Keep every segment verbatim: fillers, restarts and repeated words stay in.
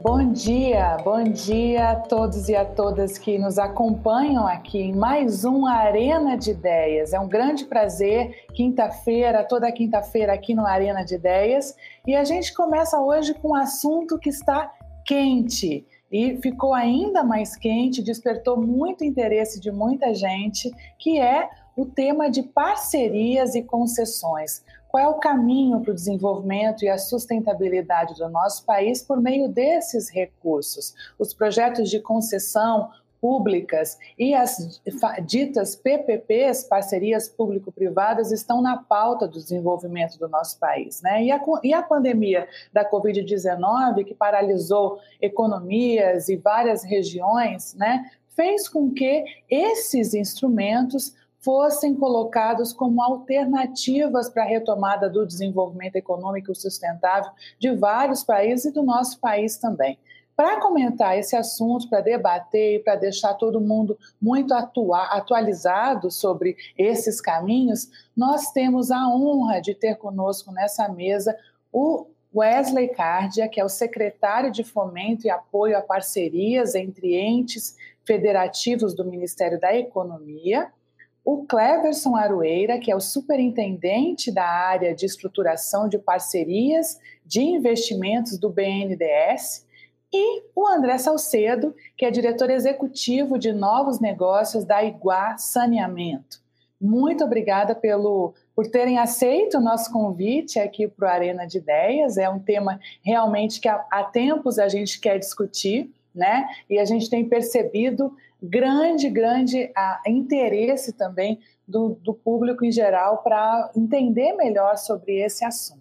Bom dia, bom dia a todos e a todas que nos acompanham aqui em mais uma Arena de Ideias. É um grande prazer, quinta-feira, toda quinta-feira aqui no Arena de Ideias. E a gente começa hoje com um assunto que está quente e ficou ainda mais quente, despertou muito interesse de muita gente, que é o tema de parcerias e concessões. Qual é o caminho para o desenvolvimento e a sustentabilidade do nosso país por meio desses recursos? Os projetos de concessão públicas e as ditas P P Ps, parcerias público-privadas, estão na pauta do desenvolvimento do nosso país, né? E a, e a pandemia da covid dezenove, que paralisou economias e várias regiões, né, fez com que esses instrumentos fossem colocados como alternativas para a retomada do desenvolvimento econômico sustentável de vários países e do nosso país também. Para comentar esse assunto, para debater e para deixar todo mundo muito atua- atualizado sobre esses caminhos, nós temos a honra de ter conosco nessa mesa o Wesley Cardia, que é o secretário de Fomento e Apoio a Parcerias entre entes federativos do Ministério da Economia, o Cleverson Aroeira, que é o superintendente da área de estruturação de parcerias de investimentos do B N D E S, e o André Salcedo, que é diretor executivo de novos negócios da Iguá Saneamento. Muito obrigada pelo, por terem aceito o nosso convite aqui para o Arena de Ideias. É um tema realmente que há, há tempos a gente quer discutir, né? E a gente tem percebido grande, grande a, interesse também do, do público em geral para entender melhor sobre esse assunto.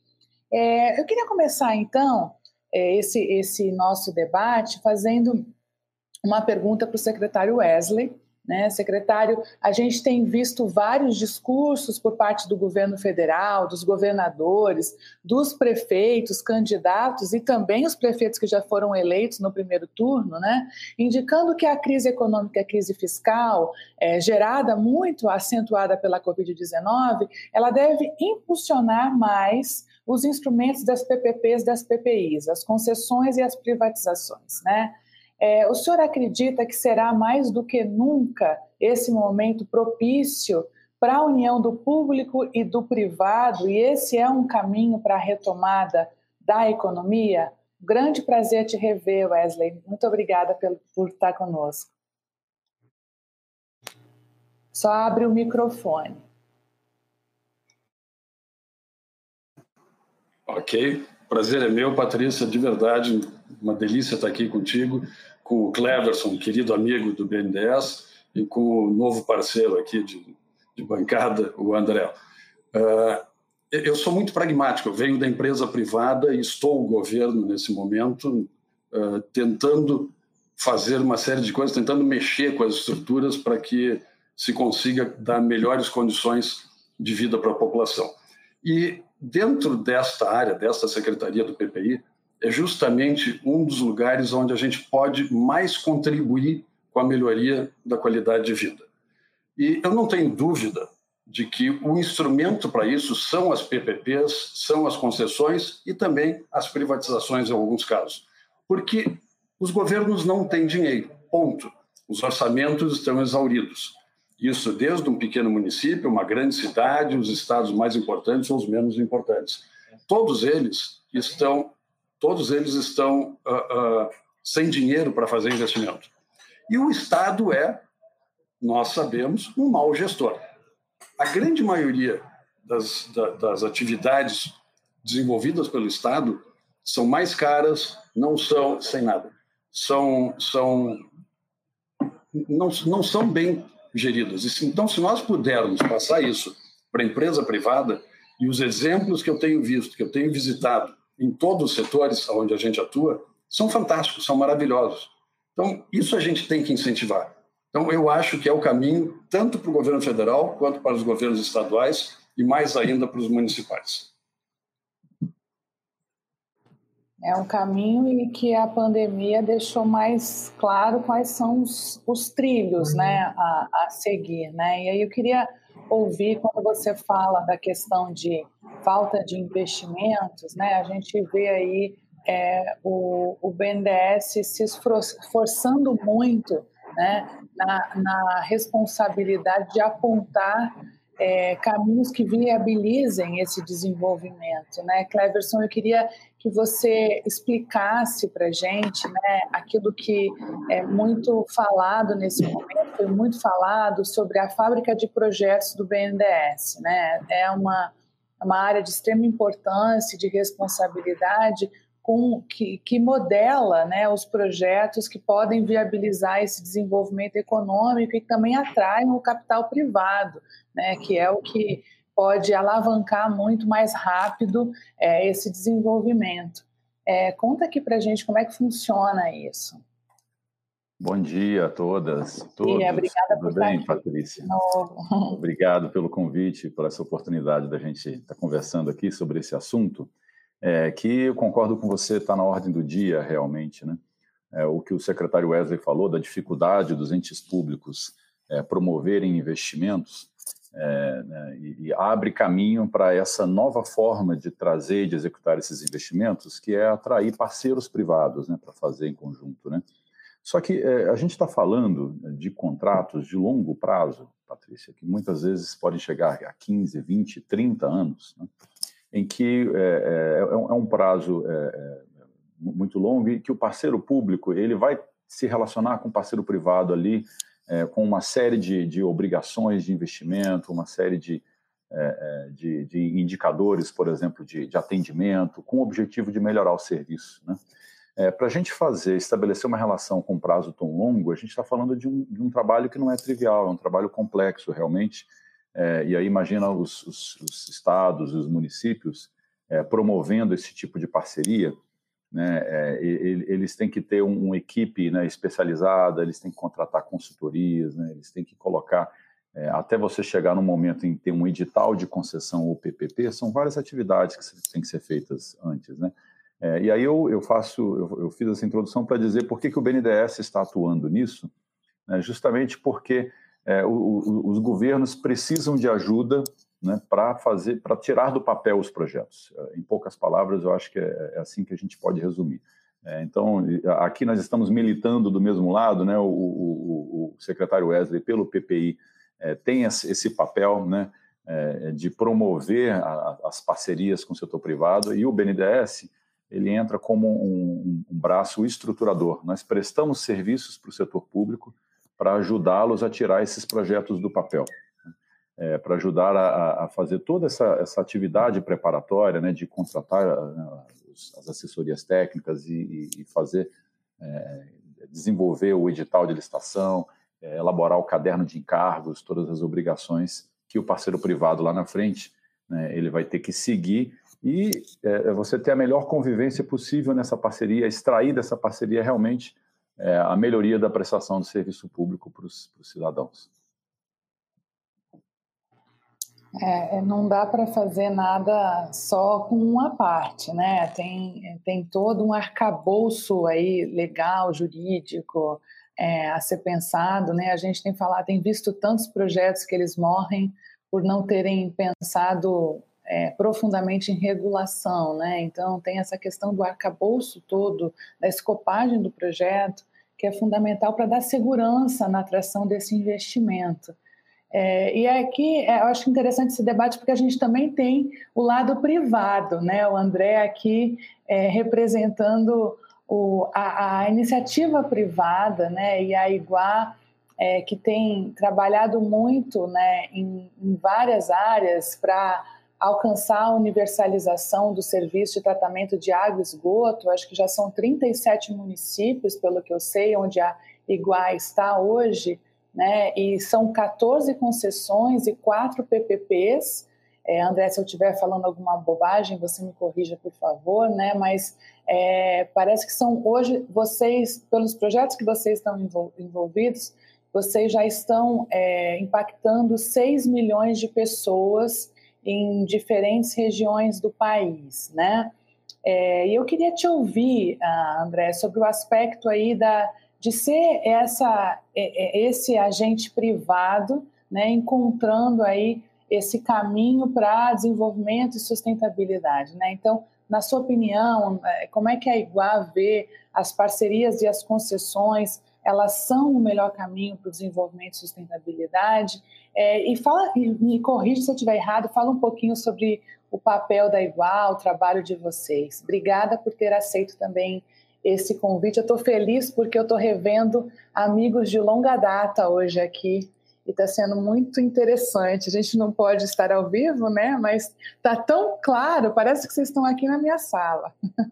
É, eu queria começar, então, é, esse, esse nosso debate fazendo uma pergunta para o secretário Wesley. Né, secretário, a gente tem visto vários discursos por parte do governo federal, dos governadores, dos prefeitos, candidatos e também os prefeitos que já foram eleitos no primeiro turno, né, indicando que a crise econômica e a crise fiscal, é, gerada muito, acentuada pela covid dezenove, ela deve impulsionar mais os instrumentos das P P Ps, das P P Is, as concessões e as privatizações, né? É, o senhor acredita que será mais do que nunca esse momento propício para a união do público e do privado, e esse é um caminho para a retomada da economia? Grande prazer te rever, Wesley. Muito obrigada por, por estar conosco. Só abre o microfone. Ok. Prazer é meu, Patrícia, de verdade, uma delícia estar aqui contigo, com o Cleverson, querido amigo do B N D E S, e com o novo parceiro aqui de, de bancada, o André. Uh, eu sou muito pragmático, eu venho da empresa privada e estou o governo nesse momento, uh, tentando fazer uma série de coisas, tentando mexer com as estruturas para que se consiga dar melhores condições de vida para a população. E dentro desta área, desta secretaria do P P I, é justamente um dos lugares onde a gente pode mais contribuir com a melhoria da qualidade de vida. E eu não tenho dúvida de que o instrumento para isso são as P P Ps, são as concessões e também as privatizações em alguns casos. Porque os governos não têm dinheiro, ponto. Os orçamentos estão exauridos. Isso desde um pequeno município, uma grande cidade, os estados mais importantes ou os menos importantes. Todos eles estão, todos eles estão uh, uh, sem dinheiro para fazer investimento. E o Estado é, nós sabemos, um mau gestor. A grande maioria das, da, das atividades desenvolvidas pelo Estado são mais caras, não são sem nada. São, são, não, não são bem geridas. Então, se nós pudermos passar isso para a empresa privada, e os exemplos que eu tenho visto, que eu tenho visitado em todos os setores onde a gente atua, são fantásticos, são maravilhosos. Então, isso a gente tem que incentivar. Então, eu acho que é o caminho tanto para o governo federal quanto para os governos estaduais e mais ainda para os municipais. É um caminho em que a pandemia deixou mais claro quais são os, os trilhos, né, a, a seguir, né? E aí eu queria ouvir, quando você fala da questão de falta de investimentos, né, a gente vê aí é, o, o B N D E S se esforçando muito, né, na, na responsabilidade de apontar é, caminhos que viabilizem esse desenvolvimento, né? Cleverson, eu queria que você explicasse para a gente, né, aquilo que é muito falado nesse momento, foi muito falado sobre a fábrica de projetos do B N D E S, né? É uma, uma área de extrema importância, de responsabilidade, com, que, que modela, né, os projetos que podem viabilizar esse desenvolvimento econômico e que também atraem o capital privado, né, que é o que pode alavancar muito mais rápido é, esse desenvolvimento. É, conta aqui para a gente como é que funciona isso. Bom dia a todas, todos. E obrigada Tudo por bem, estar aqui Patrícia? de novo. Obrigado pelo convite, por essa oportunidade da gente estar conversando aqui sobre esse assunto, é, que eu concordo com você, está na ordem do dia realmente, né? É, o que o secretário Wesley falou da dificuldade dos entes públicos é, promoverem investimentos, É, né, e, e abre caminho para essa nova forma de trazer e de executar esses investimentos, que é atrair parceiros privados, né, para fazer em conjunto, né? Só que é, a gente está falando de contratos de longo prazo, Patrícia, que muitas vezes podem chegar a quinze, vinte, trinta anos, né, em que é, é, é um prazo é, é, muito longo e que o parceiro público ele vai se relacionar com o parceiro privado ali, É, com uma série de, de obrigações de investimento, uma série de, é, de, de indicadores, por exemplo, de, de atendimento, com o objetivo de melhorar o serviço, né? É, para a gente fazer, estabelecer uma relação com um prazo tão longo, a gente está falando de um, de um trabalho que não é trivial, é um trabalho complexo, realmente. É, e aí imagina os, os, os estados, os municípios é, promovendo esse tipo de parceria, né? É, eles têm que ter uma equipe, né, especializada, eles têm que contratar consultorias, né, eles têm que colocar, é, até você chegar no momento em ter um edital de concessão ou P P P, são várias atividades que têm que ser feitas antes, né? É, e aí eu, eu, faço, eu, eu fiz essa introdução para dizer por que, que o B N D E S está atuando nisso, né, justamente porque é, o, o, os governos precisam de ajuda, né, para fazer, para tirar do papel os projetos. Em poucas palavras, eu acho que é, é assim que a gente pode resumir. É, então, aqui nós estamos militando do mesmo lado, né? O, o, o secretário Wesley, pelo P P I, é, tem esse papel, né, é, de promover a, as parcerias com o setor privado, e o B N D E S ele entra como um, um braço estruturador. Nós prestamos serviços para o setor público para ajudá-los a tirar esses projetos do papel. É, para ajudar a, a fazer toda essa, essa atividade preparatória, né, de contratar uh, as assessorias técnicas e, e fazer, é, desenvolver o edital de licitação, é, elaborar o caderno de encargos, todas as obrigações que o parceiro privado lá na frente, né, ele vai ter que seguir e é, você ter a melhor convivência possível nessa parceria, extrair dessa parceria realmente é, a melhoria da prestação de serviço público para os cidadãos. É, não dá para fazer nada só com uma parte, né? Tem, tem todo um arcabouço aí legal, jurídico, é, a ser pensado, né? A gente tem falado, tem visto tantos projetos que eles morrem por não terem pensado é, profundamente em regulação, né? Então tem essa questão do arcabouço todo, da escopagem do projeto, que é fundamental para dar segurança na atração desse investimento. É, e aqui é, eu acho interessante esse debate porque a gente também tem o lado privado, né? O André aqui é, representando o, a, a iniciativa privada, né? E a Iguá, é, que tem trabalhado muito, né, em, em várias áreas para alcançar a universalização do serviço de tratamento de água e esgoto. Acho que já são trinta e sete municípios, pelo que eu sei, onde a Iguá está hoje, né? E são quatorze concessões e quatro P P Ps. É, André, se eu estiver falando alguma bobagem, você me corrija, por favor, né? Mas é, parece que são hoje, vocês, pelos projetos que vocês estão envolvidos, vocês já estão é, impactando seis milhões de pessoas em diferentes regiões do país, né? É, e eu queria te ouvir, André, sobre o aspecto aí da de ser essa, esse agente privado, né, encontrando aí esse caminho para desenvolvimento e sustentabilidade, né? Então, na sua opinião, como é que a Iguá vê as parcerias e as concessões? Elas são o melhor caminho para o desenvolvimento e sustentabilidade? É, e, fala, e me corrija se eu estiver errado, fala um pouquinho sobre o papel da Iguá, o trabalho de vocês. Obrigada por ter aceito também esse convite. Eu estou feliz porque eu estou revendo amigos de longa data hoje aqui e está sendo muito interessante. A gente não pode estar ao vivo, né? Mas está tão claro, parece que vocês estão aqui na minha sala.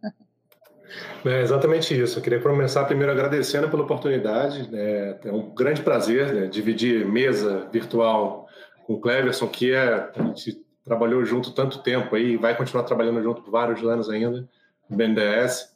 É exatamente isso. Eu queria começar primeiro agradecendo pela oportunidade. É, é um grande prazer, né, dividir mesa virtual com o Cleverson, que é, a gente trabalhou junto tanto tempo aí, vai continuar trabalhando junto por vários anos ainda, no B N D E S.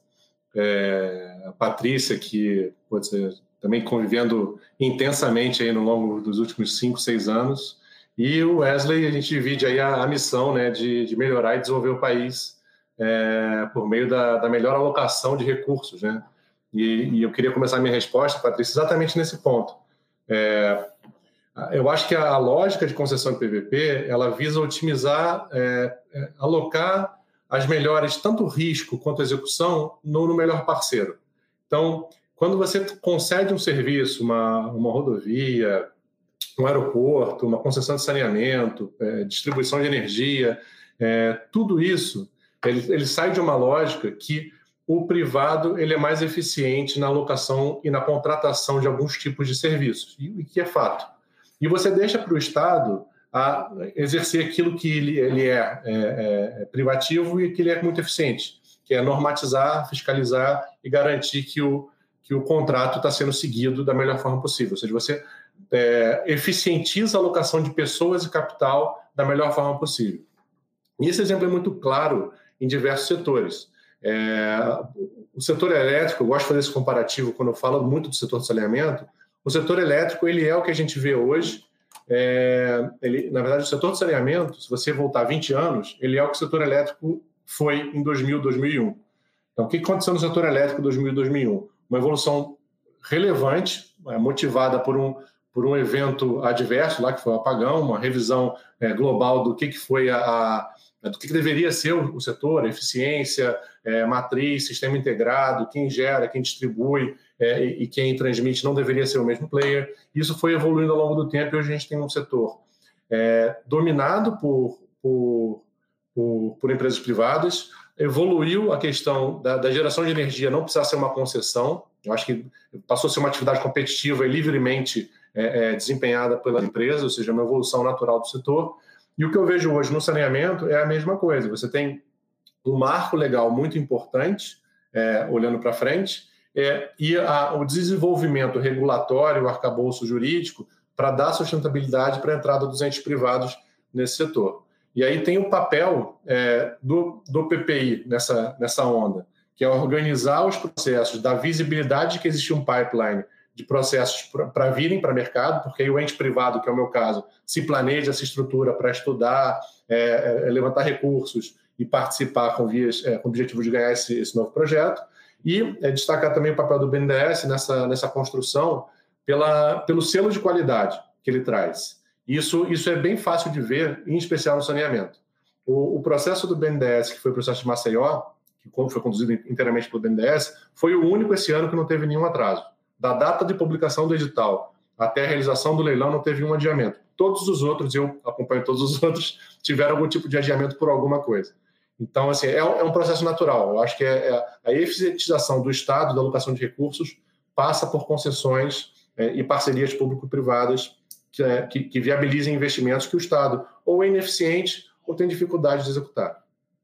É, a Patrícia, que pode ser, também convivendo intensamente aí no longo dos últimos cinco, seis anos. E o Wesley, a gente divide aí a, a missão, né, de, de melhorar e desenvolver o país É, por meio da, da melhor alocação de recursos, né? E, e eu queria começar a minha resposta, Patrícia, exatamente nesse ponto. É, eu acho que a, a lógica de concessão de P V P, ela visa otimizar, é, é, alocar as melhores, tanto risco quanto execução, no, no melhor parceiro. Então, quando você concede um serviço, uma, uma rodovia, um aeroporto, uma concessão de saneamento, é, distribuição de energia, é, tudo isso Ele, ele sai de uma lógica que o privado ele é mais eficiente na alocação e na contratação de alguns tipos de serviços, e que é fato. E você deixa para o Estado a exercer aquilo que ele, ele é, é, é privativo e que ele é muito eficiente, que é normatizar, fiscalizar e garantir que o, que o contrato está sendo seguido da melhor forma possível. Ou seja, você é, eficientiza a alocação de pessoas e capital da melhor forma possível. E esse exemplo é muito claro em diversos setores. É, o setor elétrico, eu gosto de fazer esse comparativo quando eu falo muito do setor de saneamento. O setor elétrico ele é o que a gente vê hoje. É, ele, na verdade, o setor de saneamento, se você voltar vinte anos, ele é o que o setor elétrico foi em dois mil, dois mil e um. Então, o que aconteceu no setor elétrico em dois mil e dois mil e um? Uma evolução relevante, motivada por um, por um evento adverso, lá que foi o apagão, uma revisão é, global do que, que foi a, a do que deveria ser o setor, eficiência, é, matriz, sistema integrado, quem gera, quem distribui é, e quem transmite não deveria ser o mesmo player. Isso foi evoluindo ao longo do tempo e hoje a gente tem um setor é, dominado por, por, por, por empresas privadas. Evoluiu a questão da, da geração de energia, não precisa ser uma concessão. Eu acho que passou a ser uma atividade competitiva e livremente é, é, desempenhada pela empresa, ou seja, uma evolução natural do setor. E o que eu vejo hoje no saneamento é a mesma coisa. Você tem um marco legal muito importante, é, olhando para frente, é, e a, o desenvolvimento regulatório, o arcabouço jurídico, para dar sustentabilidade para a entrada dos entes privados nesse setor. E aí tem o papel é, do, do P P I nessa, nessa onda, que é organizar os processos, dar visibilidade que existe um pipeline de processos para virem para o mercado, porque aí o ente privado, que é o meu caso, se planeja, se estrutura para estudar, é, é, levantar recursos e participar com, vias, é, com o objetivo de ganhar esse, esse novo projeto. E é, destacar também o papel do B N D E S nessa, nessa construção pela, pelo selo de qualidade que ele traz. Isso, isso é bem fácil de ver, em especial no saneamento. O, o processo do B N D E S, que foi o processo de Maceió, que foi conduzido inteiramente pelo B N D E S, foi o único esse ano que não teve nenhum atraso. Da data de publicação do edital até a realização do leilão não teve um adiamento. Todos os outros, eu acompanho todos os outros, tiveram algum tipo de adiamento por alguma coisa. Então, assim, é, é um processo natural. Eu acho que é, é a eficientização do Estado, da alocação de recursos, passa por concessões é, e parcerias público-privadas que, é, que, que viabilizem investimentos que o Estado ou é ineficiente ou tem dificuldade de executar.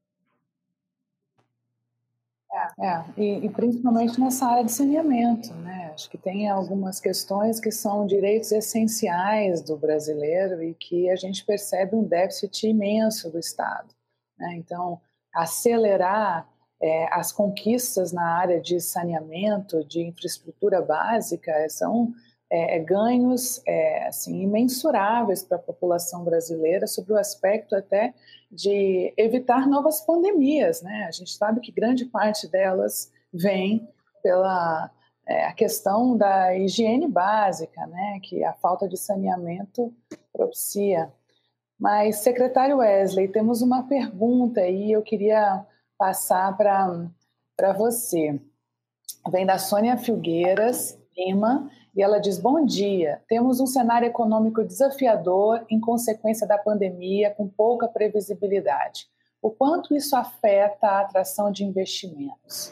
É, e, e principalmente nessa área de saneamento, né? Acho que tem algumas questões que são direitos essenciais do brasileiro e que a gente percebe um déficit imenso do Estado, né? Então, acelerar é, as conquistas na área de saneamento, de infraestrutura básica, são é, ganhos é, assim, imensuráveis para a população brasileira sobre o aspecto até de evitar novas pandemias, né? A gente sabe que grande parte delas vem pela é, a questão da higiene básica, né? Que a falta de saneamento propicia. Mas, secretário Wesley, temos uma pergunta aí, eu queria passar para você. Vem da Sônia Filgueiras Lima, e ela diz: bom dia, temos um cenário econômico desafiador em consequência da pandemia, com pouca previsibilidade. O quanto isso afeta a atração de investimentos?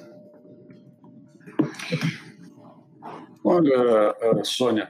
Olha, Sônia,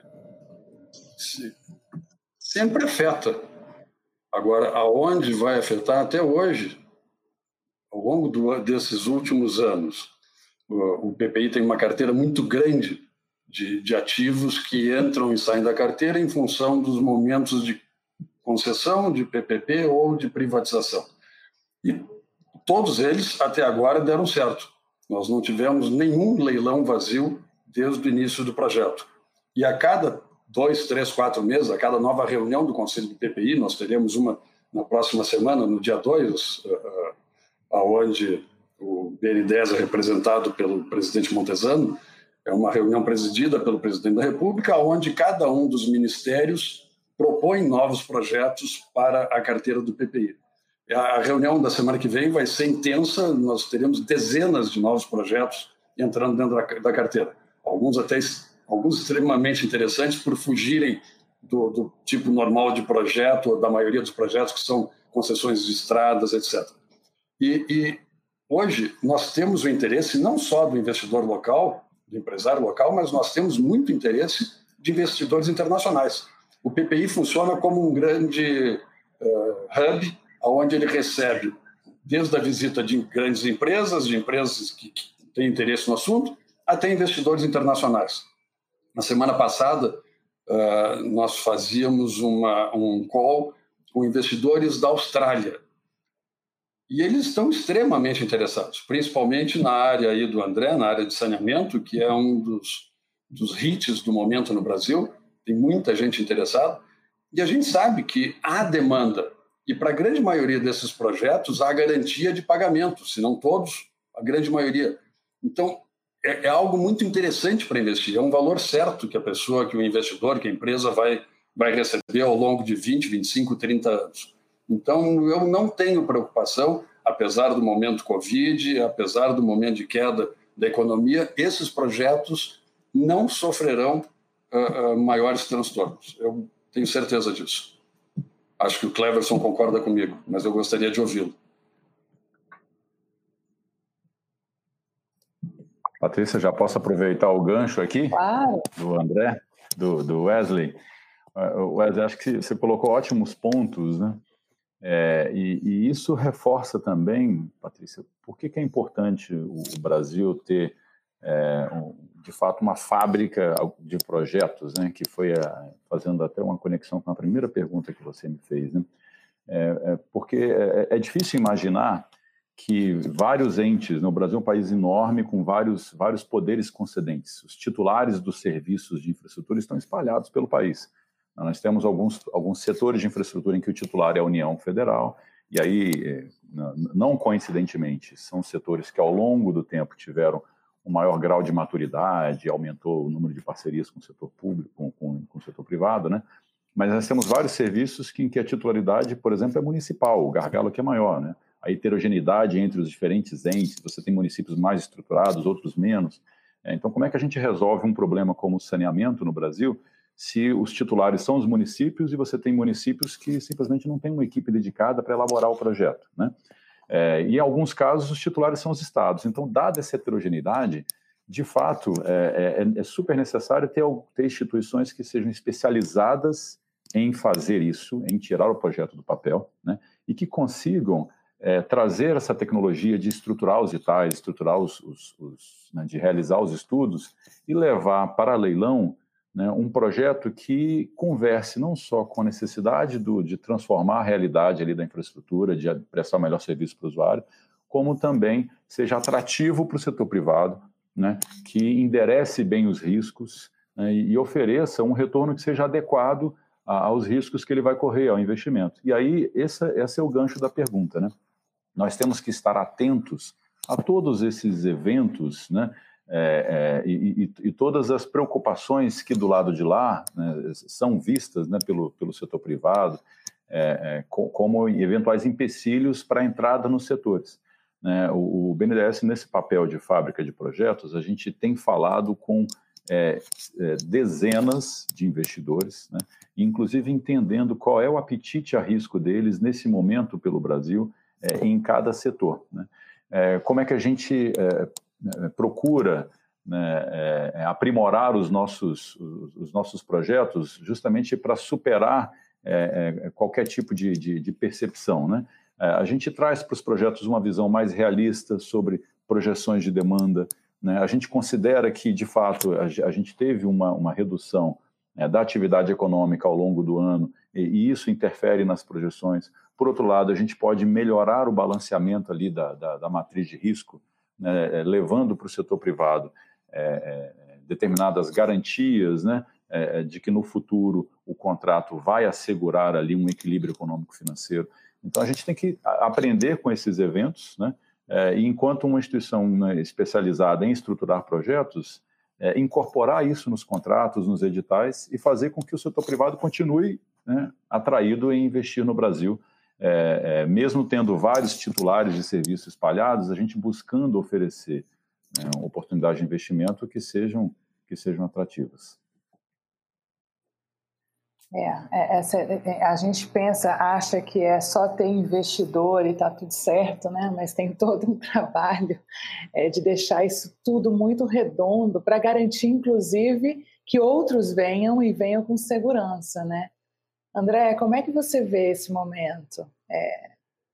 sempre afeta. Agora, aonde vai afetar até hoje, ao longo do, desses últimos anos, o, o P P I tem uma carteira muito grande de, de ativos que entram e saem da carteira em função dos momentos de concessão, de P P P ou de privatização. E todos eles, até agora, deram certo. Nós não tivemos nenhum leilão vazio desde o início do projeto. E a cada dois, três, quatro meses, a cada nova reunião do Conselho do P P I, nós teremos uma na próxima semana, no dia dois, uh, onde o B N dez é representado pelo presidente Montezano. É uma reunião presidida pelo presidente da República, onde cada um dos ministérios propõe novos projetos para a carteira do P P I. A reunião da semana que vem vai ser intensa, nós teremos dezenas de novos projetos entrando dentro da carteira. Alguns até alguns extremamente interessantes por fugirem do, do tipo normal de projeto, ou da maioria dos projetos que são concessões de estradas, etcétera. E, e hoje nós temos o interesse não só do investidor local, do empresário local, mas nós temos muito interesse de investidores internacionais. O P P I funciona como um grande uh, hub, onde ele recebe desde a visita de grandes empresas, de empresas que, que têm interesse no assunto, até investidores internacionais. Na semana passada, uh, nós fazíamos uma, um call com investidores da Austrália. E eles estão extremamente interessados, principalmente na área aí do André, na área de saneamento, que é um dos, dos hits do momento no Brasil. Tem muita gente interessada. E a gente sabe que há demanda. E para a grande maioria desses projetos, há garantia de pagamento, se não todos, a grande maioria. Então, é, é algo muito interessante para investir. É um valor certo que a pessoa, que o investidor, que a empresa vai, vai receber ao longo de vinte, vinte e cinco, trinta anos. Então, eu não tenho preocupação, apesar do momento Covid, apesar do momento de queda da economia, esses projetos não sofrerão uh, uh, maiores transtornos. Eu tenho certeza disso. Acho que o Cleverson concorda comigo, mas eu gostaria de ouvi-lo. Patrícia, já posso aproveitar o gancho aqui? Claro. Do André, do, do Wesley. Wesley, acho que você colocou ótimos pontos, né? É, e, e isso reforça também, Patrícia, por que, que é importante o Brasil ter, é, um, de fato, uma fábrica de projetos, né, que foi a, fazendo até uma conexão com a primeira pergunta que você me fez, né? É, é, porque é, é difícil imaginar que vários entes, no Brasil é um país enorme com vários, vários poderes concedentes, os titulares dos serviços de infraestrutura estão espalhados pelo país. Nós temos alguns, alguns setores de infraestrutura em que o titular é a União Federal, e aí, não coincidentemente, são setores que ao longo do tempo tiveram um maior grau de maturidade, aumentou o número de parcerias com o setor público, com, com, com o setor privado, né? Mas nós temos vários serviços que, em que a titularidade, por exemplo, é municipal, o gargalo aqui é maior, né? A heterogeneidade entre os diferentes entes, você tem municípios mais estruturados, outros menos. Então, como é que a gente resolve um problema como o saneamento no Brasil, se os titulares são os municípios e você tem municípios que simplesmente não têm uma equipe dedicada para elaborar o projeto, né? É, e em alguns casos os titulares são os estados. Então, dada essa heterogeneidade, de fato, é, é, é super necessário ter, ter instituições que sejam especializadas em fazer isso, em tirar o projeto do papel, né? E que consigam é, trazer essa tecnologia de estruturar os itais, estruturar os, os, os né, de realizar os estudos e levar para leilão, né, um projeto que converse não só com a necessidade do, de transformar a realidade ali da infraestrutura, de prestar o melhor serviço para o usuário, como também seja atrativo para o setor privado, né, que enderece bem os riscos, né, e, e ofereça um retorno que seja adequado a, aos riscos que ele vai correr, ao investimento. E aí, esse, esse é o gancho da pergunta, né? Nós temos que estar atentos a todos esses eventos, né, É, é, e, e, e todas as preocupações que do lado de lá, né, são vistas, né, pelo, pelo setor privado, é, é, como eventuais empecilhos para a entrada nos setores. né? O, o B N D E S, nesse papel de fábrica de projetos, a gente tem falado com é, é, dezenas de investidores, né? Inclusive entendendo qual é o apetite a risco deles nesse momento pelo Brasil, é, em cada setor, né? É, como é que a gente é, procura, né, é, aprimorar os nossos, os, os nossos projetos justamente para superar é, é, qualquer tipo de, de, de percepção, né? É, a gente traz para os projetos uma visão mais realista sobre projeções de demanda, né? A gente considera que, de fato, a, a gente teve uma, uma redução, né, da atividade econômica ao longo do ano e, e isso interfere nas projeções. Por outro lado, a gente pode melhorar o balanceamento ali da, da, da matriz de risco, né, levando para o setor privado é, é, determinadas garantias, né, é, de que no futuro o contrato vai assegurar ali um equilíbrio econômico-financeiro. Então, a gente tem que aprender com esses eventos, né, é, e enquanto uma instituição, né, especializada em estruturar projetos, é, incorporar isso nos contratos, nos editais e fazer com que o setor privado continue, né, atraído em investir no Brasil. É, é, mesmo tendo vários titulares de serviço espalhados, a gente buscando oferecer, né, oportunidades de investimento que sejam, que sejam atrativas. É, essa, a gente pensa, acha que é só ter investidor e está tudo certo, né? Mas tem todo um trabalho é, de deixar isso tudo muito redondo para garantir, inclusive, que outros venham e venham com segurança, né? André, como é que você vê esse momento? É...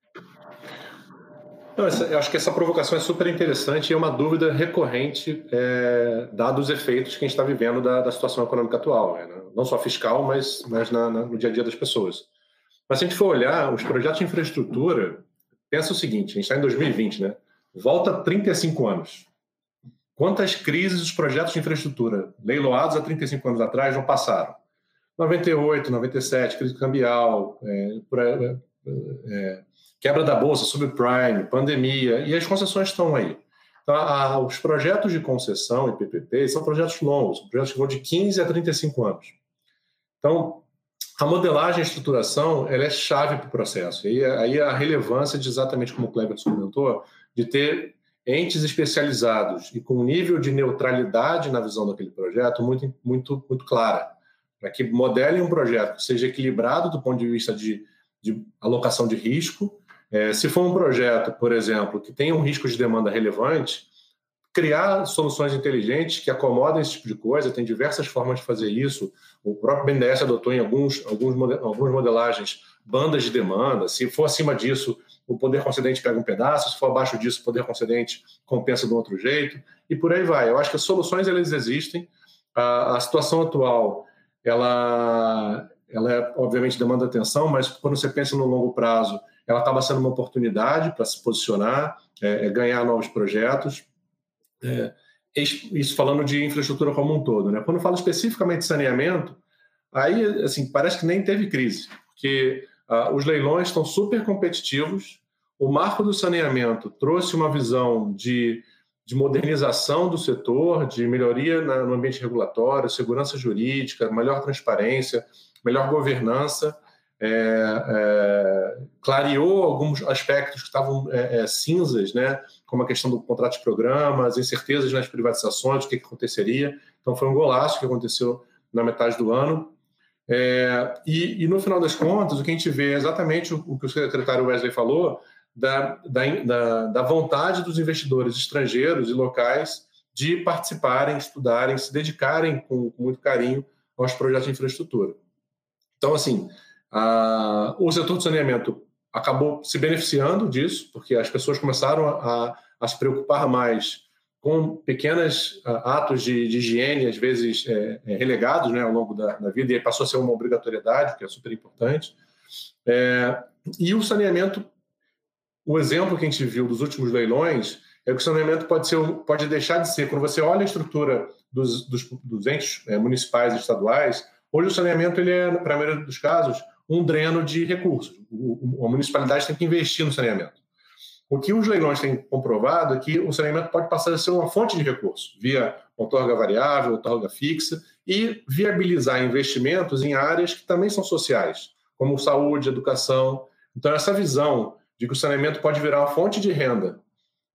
Não, essa, eu acho que essa provocação é super interessante e é uma dúvida recorrente, é, dados os efeitos que a gente está vivendo da, da situação econômica atual, né? Não só fiscal, mas, mas na, na, no dia a dia das pessoas. Mas se a gente for olhar os projetos de infraestrutura, pensa o seguinte, a gente está em dois mil e vinte, né? Volta trinta e cinco anos. Quantas crises os projetos de infraestrutura leiloados há trinta e cinco anos atrás não passaram? noventa e oito, noventa e sete, crise cambial, é, é, é, quebra da bolsa, subprime, pandemia, e as concessões estão aí. Então, a, os projetos de concessão e P P P são projetos longos, são projetos que vão de quinze a trinta e cinco anos. Então, a modelagem e a estruturação ela é chave para o processo. E aí a relevância de, exatamente como o Cleverson comentou, de ter entes especializados e com um nível de neutralidade na visão daquele projeto muito, muito, muito clara, para que modelem um projeto que seja equilibrado do ponto de vista de, de alocação de risco. É, se for um projeto, por exemplo, que tenha um risco de demanda relevante, criar soluções inteligentes que acomodem esse tipo de coisa, tem diversas formas de fazer isso. O próprio B N D E S adotou em alguns, alguns, algumas modelagens bandas de demanda. Se for acima disso, o poder concedente pega um pedaço, se for abaixo disso, o poder concedente compensa de um outro jeito, e por aí vai. Eu acho que as soluções elas existem. A, a situação atual ela, ela é, obviamente demanda atenção, mas quando você pensa no longo prazo, ela acaba sendo uma oportunidade para se posicionar, é, é ganhar novos projetos. É, isso falando de infraestrutura como um todo, né? Quando eu falo especificamente de saneamento, aí assim, parece que nem teve crise, porque ah, os leilões estão super competitivos, o marco do saneamento trouxe uma visão de, de modernização do setor, de melhoria na, no ambiente regulatório, segurança jurídica, melhor transparência, melhor governança, é, é, clareou alguns aspectos que estavam é, é, cinzas, né? Como a questão do contrato de programa, as incertezas nas privatizações, o que, que aconteceria. Então, foi um golaço que aconteceu na metade do ano. É, e, e, no final das contas, o que a gente vê é exatamente o, o que o secretário Wesley falou, da, da, da, da vontade dos investidores estrangeiros e locais de participarem, estudarem, se dedicarem com, com muito carinho aos projetos de infraestrutura. Então, assim, a, o setor de saneamento acabou se beneficiando disso, porque as pessoas começaram a, a se preocupar mais com pequenos atos de, de higiene, às vezes é, é, relegados, né, ao longo da, da vida, e aí passou a ser uma obrigatoriedade, que é super importante. É, e o saneamento, o exemplo que a gente viu dos últimos leilões é que o saneamento pode, ser, pode deixar de ser, quando você olha a estrutura dos, dos, dos entes é, municipais e estaduais, hoje o saneamento, ele é, para a maioria dos casos, um dreno de recursos. O, a municipalidade tem que investir no saneamento. O que os leilões têm comprovado é que o saneamento pode passar a ser uma fonte de recursos, via outorga variável, outorga fixa, e viabilizar investimentos em áreas que também são sociais, como saúde, educação. Então, essa visão de que o saneamento pode virar uma fonte de renda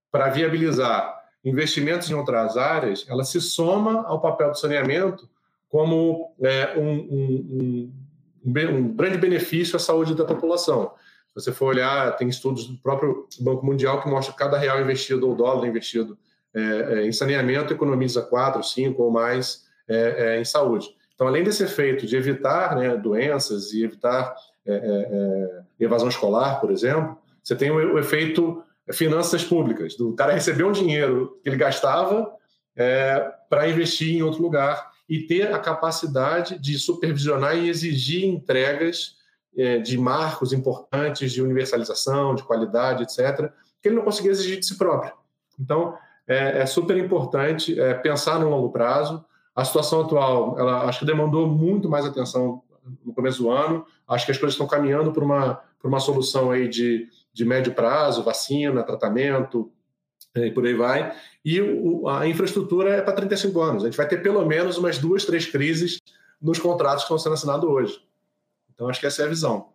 para viabilizar investimentos em outras áreas, ela se soma ao papel do saneamento como é, um, um, um, um grande benefício à saúde da população. Se você for olhar, tem estudos do próprio Banco Mundial que mostram que cada real investido ou dólar investido é, é, em saneamento economiza quatro, cinco ou mais é, é, em saúde. Então, além desse efeito de evitar, né, doenças e evitar é, é, evasão escolar, por exemplo, você tem o, o efeito finanças públicas, do cara receber um dinheiro que ele gastava é, para investir em outro lugar e ter a capacidade de supervisionar e exigir entregas é, de marcos importantes de universalização, de qualidade, etcétera, que ele não conseguia exigir de si próprio. Então, é, é super importante é, pensar no longo prazo. A situação atual, ela acho que demandou muito mais atenção no começo do ano. Acho que as coisas estão caminhando para uma, para uma solução aí de de médio prazo, vacina, tratamento, e por aí vai. E o, a infraestrutura é para trinta e cinco anos. A gente vai ter pelo menos umas duas, três crises nos contratos que estão sendo assinados hoje. Então, acho que essa é a visão.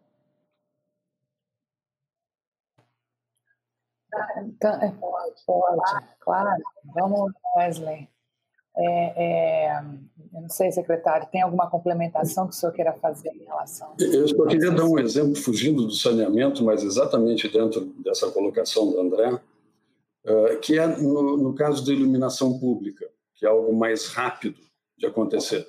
Então, pode, claro. Vamos, Wesley. É, é, eu não sei, secretário, tem alguma complementação que o senhor queira fazer em relação? Eu só queria dar um exemplo, fugindo do saneamento, mas exatamente dentro dessa colocação do André, que é no, no caso da iluminação pública, que é algo mais rápido de acontecer.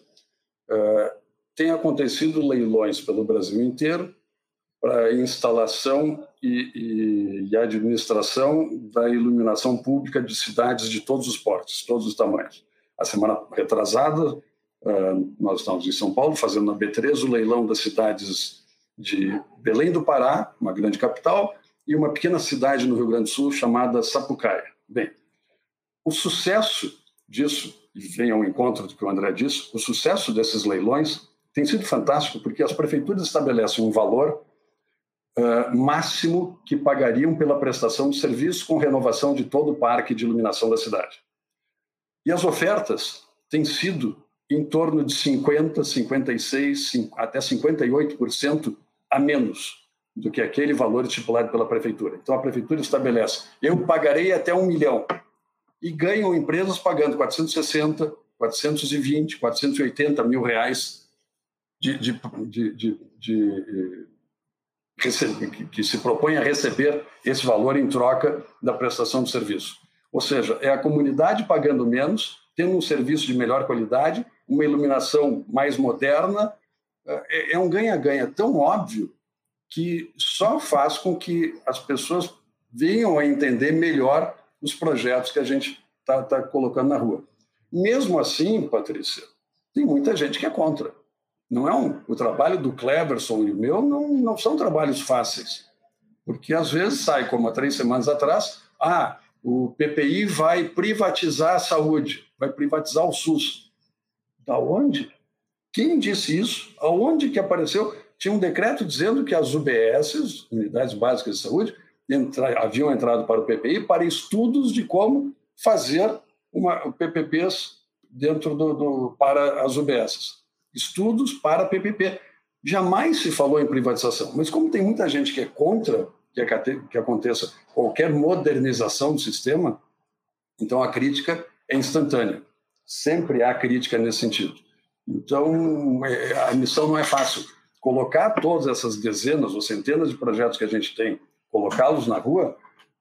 Tem acontecido leilões pelo Brasil inteiro para instalação e, e, e administração da iluminação pública de cidades de todos os portes, todos os tamanhos. A semana retrasada, nós estávamos em São Paulo, fazendo na B três o leilão das cidades de Belém do Pará, uma grande capital, e uma pequena cidade no Rio Grande do Sul chamada Sapucaia. Bem, o sucesso disso, e vem ao encontro do que o André disse, o sucesso desses leilões tem sido fantástico, porque as prefeituras estabelecem um valor uh, máximo que pagariam pela prestação de serviço com renovação de todo o parque de iluminação da cidade. E as ofertas têm sido em torno de cinquenta, cinquenta e seis, até cinquenta e oito por cento a menos do que aquele valor estipulado pela prefeitura. Então, a prefeitura estabelece, eu pagarei até um milhão, e ganham empresas pagando quatrocentos e sessenta, quatrocentos e vinte, quatrocentos e oitenta mil reais de, de, de, de, de, de, que, que se propõem a receber esse valor em troca da prestação de serviço. Ou seja, é a comunidade pagando menos, tendo um serviço de melhor qualidade, uma iluminação mais moderna. É um ganha-ganha tão óbvio que só faz com que as pessoas venham a entender melhor os projetos que a gente está tá colocando na rua. Mesmo assim, Patrícia, tem muita gente que é contra. Não é um, o trabalho do Cleverson e o meu não, não são trabalhos fáceis, porque às vezes sai, como há três semanas atrás, ah, o P P I vai privatizar a saúde, vai privatizar o SUS. Da onde? Quem disse isso? Aonde que apareceu? Tinha um decreto dizendo que as U B S, Unidades Básicas de Saúde, entra, haviam entrado para o P P I para estudos de como fazer uma, P P Ps dentro do, do, para as U B S. Estudos para P P P. Jamais se falou em privatização. Mas como tem muita gente que é contra que, que aconteça qualquer modernização do sistema, então a crítica é instantânea. Sempre há crítica nesse sentido. Então, a missão não é fácil. Colocar todas essas dezenas ou centenas de projetos que a gente tem, colocá-los na rua,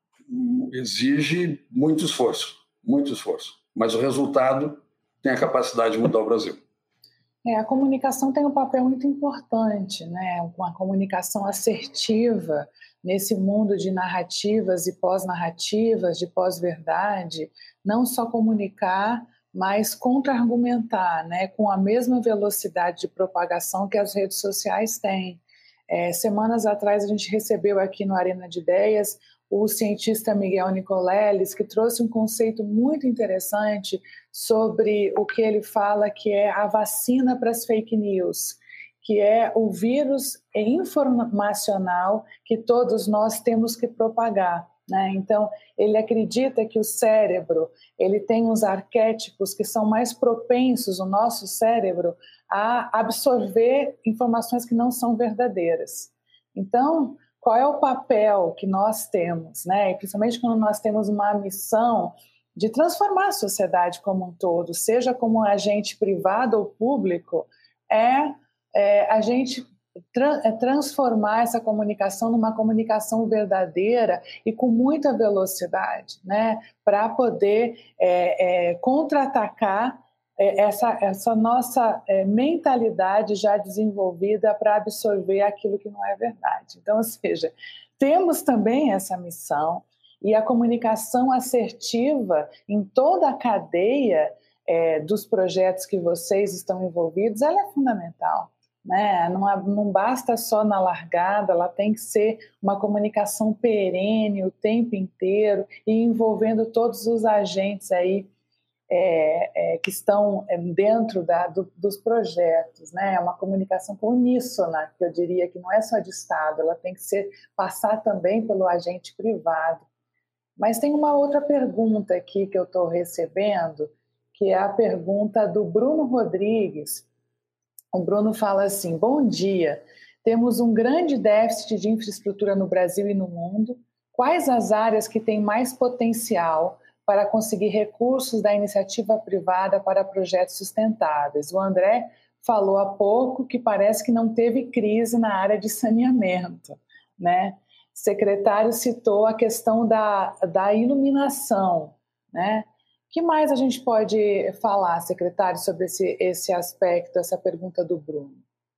exige muito esforço, muito esforço. Mas o resultado tem a capacidade de mudar o Brasil. É, a comunicação tem um papel muito importante, né? Uma comunicação assertiva nesse mundo de narrativas e pós-narrativas, de pós-verdade, não só comunicar, mas contra-argumentar, né? Com a mesma velocidade de propagação que as redes sociais têm. É, semanas atrás a gente recebeu aqui no Arena de Ideias o cientista Miguel Nicoleles, que trouxe um conceito muito interessante sobre o que ele fala que é a vacina para as fake news, que é o vírus informacional que todos nós temos que propagar, né? Então, ele acredita que o cérebro ele tem uns arquétipos que são mais propensos, o nosso cérebro, a absorver informações que não são verdadeiras. Então, qual é o papel que nós temos, né? E principalmente quando nós temos uma missão de transformar a sociedade como um todo, seja como agente privado ou público, é, é a gente tra- é transformar essa comunicação numa comunicação verdadeira e com muita velocidade, né? Para poder é, é, contra-atacar essa, essa nossa é, mentalidade já desenvolvida para absorver aquilo que não é verdade. Então, ou seja, temos também essa missão, e a comunicação assertiva em toda a cadeia é, dos projetos que vocês estão envolvidos, ela é fundamental, né? Não, não basta só na largada, ela tem que ser uma comunicação perene o tempo inteiro e envolvendo todos os agentes aí É, é, que estão dentro da, do, dos projetos, né? É uma comunicação uníssona, que eu diria que não é só de Estado, ela tem que ser, passar também pelo agente privado. Mas tem uma outra pergunta aqui que eu estou recebendo, que é a pergunta do Bruno Rodrigues. O Bruno fala assim: bom dia, temos um grande déficit de infraestrutura no Brasil e no mundo. Quais as áreas que têm mais potencial para conseguir recursos da iniciativa privada para projetos sustentáveis? O André falou há pouco que parece que não teve crise na área de saneamento, né? O secretário citou a questão da, da iluminação, né? O que mais a gente pode falar, secretário, sobre esse, esse aspecto, essa pergunta do Bruno?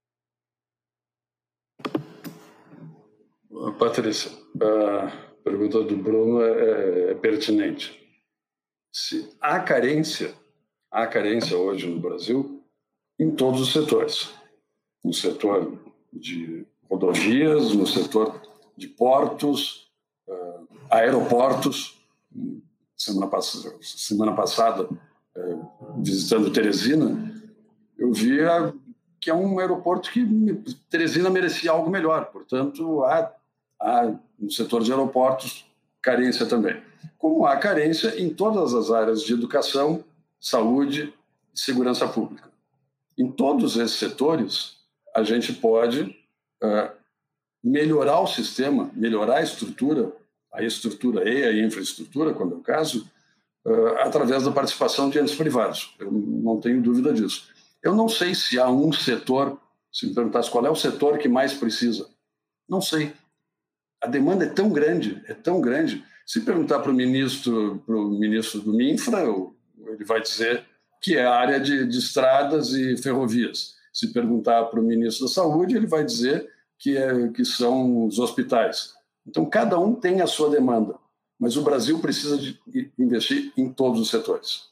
Patrícia, a pergunta do Bruno é, é pertinente. Se há carência, há carência hoje no Brasil em todos os setores. No setor de rodovias, no setor de portos, uh, aeroportos. Semana, pass- semana passada, uh, visitando Teresina, eu via que é um aeroporto que Teresina merecia algo melhor. Portanto, há, há no setor de aeroportos carência também. Como há carência em todas as áreas de educação, saúde e segurança pública. Em todos esses setores, a gente pode uh, melhorar o sistema, melhorar a estrutura, a estrutura e a infraestrutura, quando é o caso, uh, através da participação de entes privados. Eu não tenho dúvida disso. Eu não sei se há um setor, se me perguntasse qual é o setor que mais precisa, não sei. A demanda é tão grande, é tão grande. Se perguntar para o ministro, para o ministro do Minfra, ele vai dizer que é a área de, de estradas e ferrovias. Se perguntar para o ministro da Saúde, ele vai dizer que, é, que são os hospitais. Então, cada um tem a sua demanda, mas o Brasil precisa de investir em todos os setores.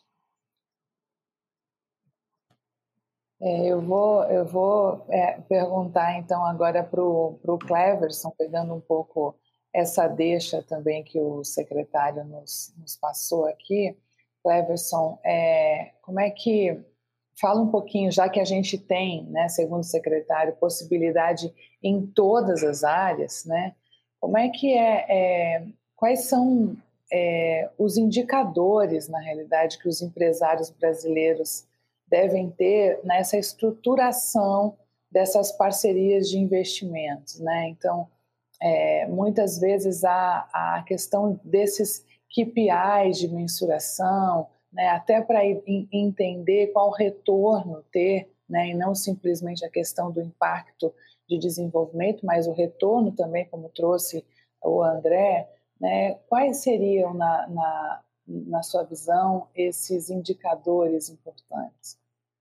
É, eu vou, eu vou é, perguntar, então, agora para o Cleverson, pegando um pouco essa deixa também que o secretário nos, nos passou aqui. Cleverson, é, como é que... Fala um pouquinho, já que a gente tem, né, segundo o secretário, possibilidade em todas as áreas, né? Como é que é... é quais são é, os indicadores, na realidade, que os empresários brasileiros devem ter nessa estruturação dessas parcerias de investimentos, né? Então, é, muitas vezes há a questão desses K P Is de mensuração, né? Até para entender qual retorno ter, né? E não simplesmente a questão do impacto de desenvolvimento, mas o retorno também, como trouxe o André, né? Quais seriam, na, na, na sua visão, esses indicadores importantes?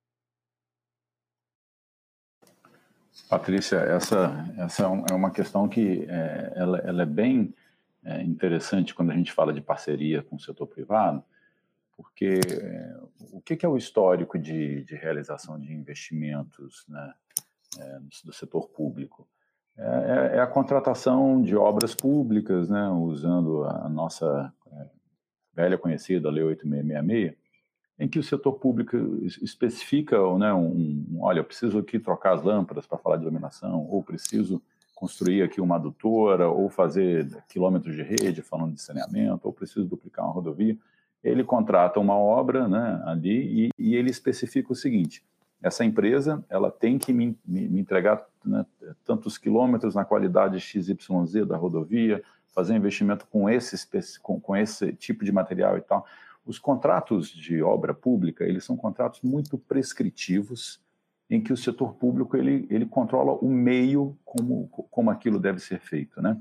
Patrícia, essa, essa é uma questão que é, ela, ela é bem é, interessante quando a gente fala de parceria com o setor privado, porque é, o que é o histórico de, de realização de investimentos, né, é, do setor público? É, é a contratação de obras públicas, né, usando a nossa é, velha conhecida Lei oito mil seiscentos e sessenta e seis, em que o setor público especifica, né, um, um, olha, eu preciso aqui trocar as lâmpadas para falar de iluminação, ou preciso construir aqui uma adutora, ou fazer quilômetros de rede falando de saneamento, ou preciso duplicar uma rodovia. Ele contrata uma obra, né, ali e, e ele especifica o seguinte: essa empresa ela tem que me, me, me entregar, né, tantos quilômetros na qualidade X Y Z da rodovia, fazer investimento com esse, com, com esse tipo de material e tal. Os contratos de obra pública, eles são contratos muito prescritivos, em que o setor público ele, ele controla o meio como, como aquilo deve ser feito, né?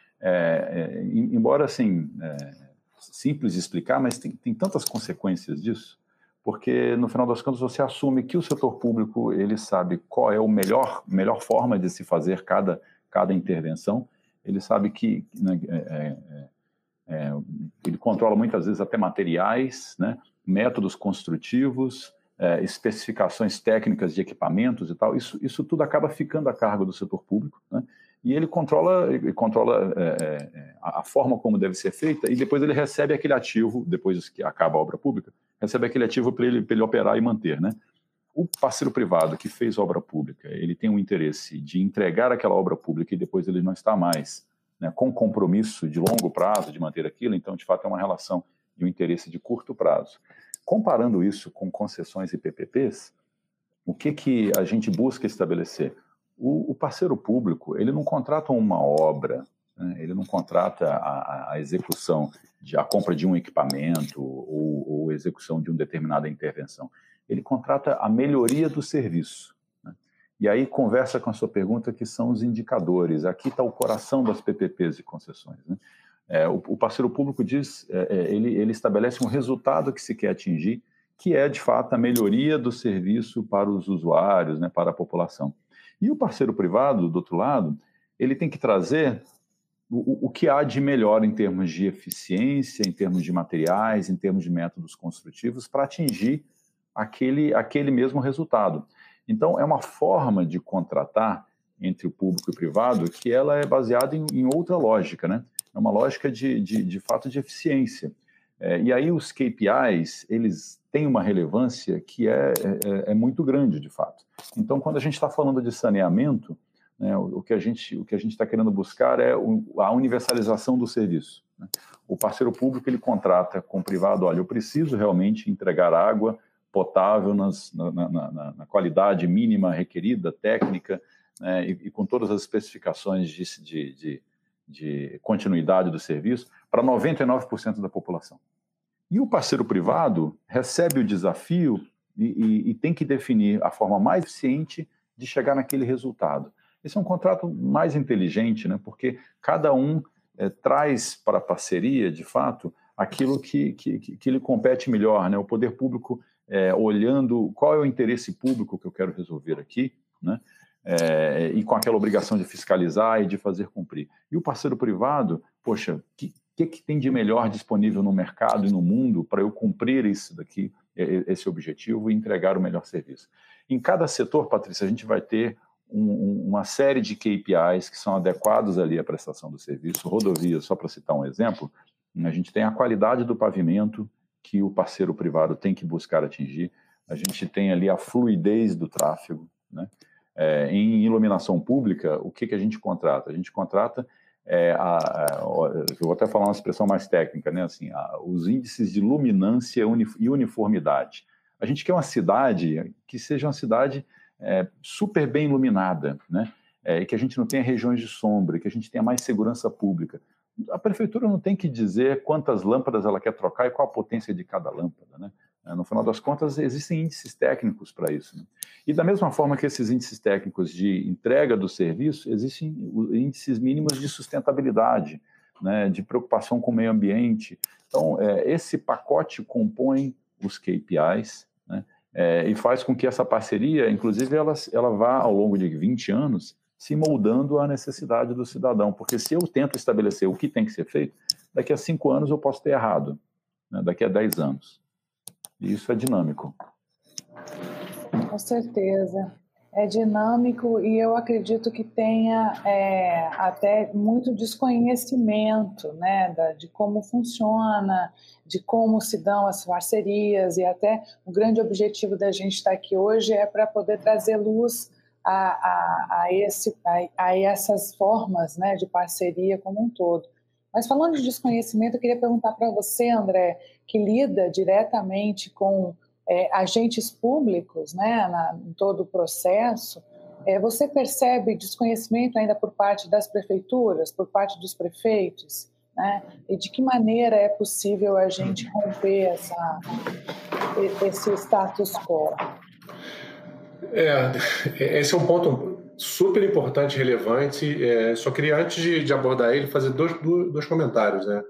É, é, embora, assim, é, simples de explicar, mas tem, tem tantas consequências disso, porque, no final das contas, você assume que o setor público ele sabe qual é a melhor, melhor forma de se fazer cada, cada intervenção, ele sabe que, né, é, é, é, ele controla muitas vezes até materiais, né, métodos construtivos, é, especificações técnicas de equipamentos e tal, isso, isso tudo acaba ficando a cargo do setor público, né, e ele controla, ele controla é, é, a forma como deve ser feita, e depois ele recebe aquele ativo, depois que acaba a obra pública, recebe aquele ativo para ele, para ele operar e manter, né? O parceiro privado que fez obra pública, ele tem o interesse de entregar aquela obra pública e depois ele não está mais, né, com compromisso de longo prazo de manter aquilo, então, de fato, é uma relação de um interesse de curto prazo. Comparando isso com concessões e P P Ps, o que, que a gente busca estabelecer? O, o parceiro público, ele não contrata uma obra, né, ele não contrata a, a execução, de, a compra de um equipamento ou, ou a execução de uma determinada intervenção. Ele contrata a melhoria do serviço, né? E aí conversa com a sua pergunta, que são os indicadores. Aqui está o coração das P P Ps e concessões, né? É, o, o parceiro público diz, é, ele, ele estabelece um resultado que se quer atingir, que é, de fato, a melhoria do serviço para os usuários, né, para a população. E o parceiro privado, do outro lado, ele tem que trazer o, o que há de melhor em termos de eficiência, em termos de materiais, em termos de métodos construtivos, para atingir aquele, aquele mesmo resultado. Então, é uma forma de contratar entre o público e o privado que ela é baseada em, em outra lógica, né? É uma lógica de, de, de fato de eficiência. É, e aí os K P Is, eles têm uma relevância que é, é, é muito grande, de fato. Então, quando a gente está falando de saneamento, né, o, o que a gente o que a gente está querendo buscar é o, a universalização do serviço, né? O parceiro público, ele contrata com o privado, olha, eu preciso realmente entregar água potável nas, na, na, na, na qualidade mínima requerida, técnica, né, e, e com todas as especificações de, de, de, de continuidade do serviço para noventa e nove por cento da população. E o parceiro privado recebe o desafio e, e, e tem que definir a forma mais eficiente de chegar naquele resultado. Esse é um contrato mais inteligente, né, porque cada um é, traz para a parceria, de fato, aquilo que, que, que lhe compete melhor, né? O poder público é, olhando qual é o interesse público que eu quero resolver aqui, né? É, e com aquela obrigação de fiscalizar e de fazer cumprir. E o parceiro privado, poxa, o que, que, que tem de melhor disponível no mercado e no mundo para eu cumprir isso daqui, esse objetivo e entregar o melhor serviço? Em cada setor, Patrícia, a gente vai ter um, um, uma série de K P Is que são adequados ali à prestação do serviço. Rodovias, só para citar um exemplo, a gente tem a qualidade do pavimento que o parceiro privado tem que buscar atingir, a gente tem ali a fluidez do tráfego, né? É, em iluminação pública, o que, que a gente contrata? A gente contrata, é, a, a, eu vou até falar uma expressão mais técnica, né? Assim, a, os índices de luminância e uniformidade. A gente quer uma cidade que seja uma cidade é, super bem iluminada, né? É, que a gente não tenha regiões de sombra, que a gente tenha mais segurança pública. A prefeitura não tem que dizer quantas lâmpadas ela quer trocar e qual a potência de cada lâmpada, né? No final das contas, existem índices técnicos para isso, né? E da mesma forma que esses índices técnicos de entrega do serviço, existem índices mínimos de sustentabilidade, né, de preocupação com o meio ambiente. Então, é, esse pacote compõe os K P Is, né, é, e faz com que essa parceria, inclusive, ela, ela vá, ao longo de vinte anos, se moldando à necessidade do cidadão. Porque se eu tento estabelecer o que tem que ser feito, daqui a cinco anos eu posso ter errado, né, daqui a dez anos. E isso é dinâmico. Com certeza. É dinâmico e eu acredito que tenha é, até muito desconhecimento, né, da, de como funciona, de como se dão as parcerias, e até o grande objetivo da gente estar aqui hoje é para poder trazer luz a, a, a, esse, a, a essas formas, né, de parceria como um todo. Mas falando de desconhecimento, eu queria perguntar para você, André, que lida diretamente com é, agentes públicos, né, na, em todo o processo, é, você percebe desconhecimento ainda por parte das prefeituras, por parte dos prefeitos, né? E de que maneira é possível a gente romper essa, esse status quo? É, esse é um ponto super importante e relevante. É, só queria, antes de, de abordar ele, fazer dois, dois comentários, né?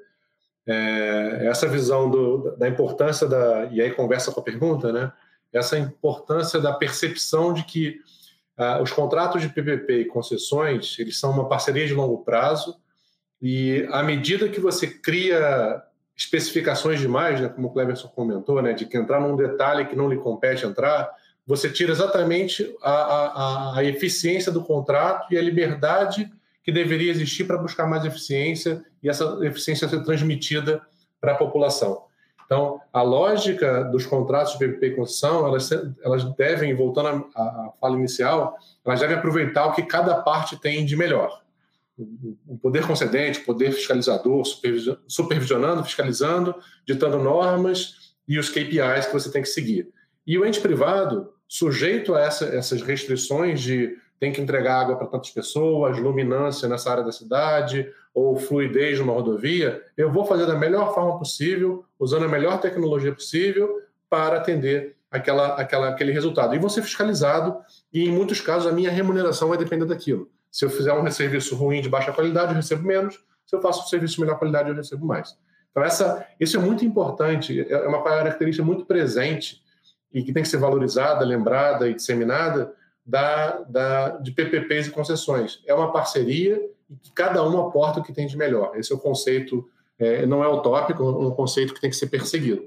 É, essa visão do, da importância da... E aí conversa com a pergunta, né? Essa importância da percepção de que ah, os contratos de P P P e concessões, eles são uma parceria de longo prazo e à medida que você cria especificações demais, né, como o Cleverson comentou, né, de que entrar num detalhe que não lhe compete entrar, você tira exatamente a, a, a eficiência do contrato e a liberdade que deveria existir para buscar mais eficiência e essa eficiência ser transmitida para a população. Então, a lógica dos contratos de P P P e concessão, elas, elas devem, voltando à, à fala inicial, elas devem aproveitar o que cada parte tem de melhor. O poder concedente, o poder fiscalizador, supervisionando, fiscalizando, ditando normas e os K P Is que você tem que seguir. E o ente privado, sujeito a essa, essas restrições de tem que entregar água para tantas pessoas, luminância nessa área da cidade, ou fluidez numa rodovia, eu vou fazer da melhor forma possível, usando a melhor tecnologia possível para atender aquela, aquela, aquele resultado. E vou ser fiscalizado, e em muitos casos a minha remuneração vai depender daquilo. Se eu fizer um serviço ruim de baixa qualidade, eu recebo menos. Se eu faço um serviço de melhor qualidade, eu recebo mais. Então, essa, isso é muito importante, é uma característica muito presente e que tem que ser valorizada, lembrada e disseminada da, da, de P P Ps e concessões. É uma parceria e que cada um aporta o que tem de melhor. Esse é o conceito, é, não é utópico, é um conceito que tem que ser perseguido.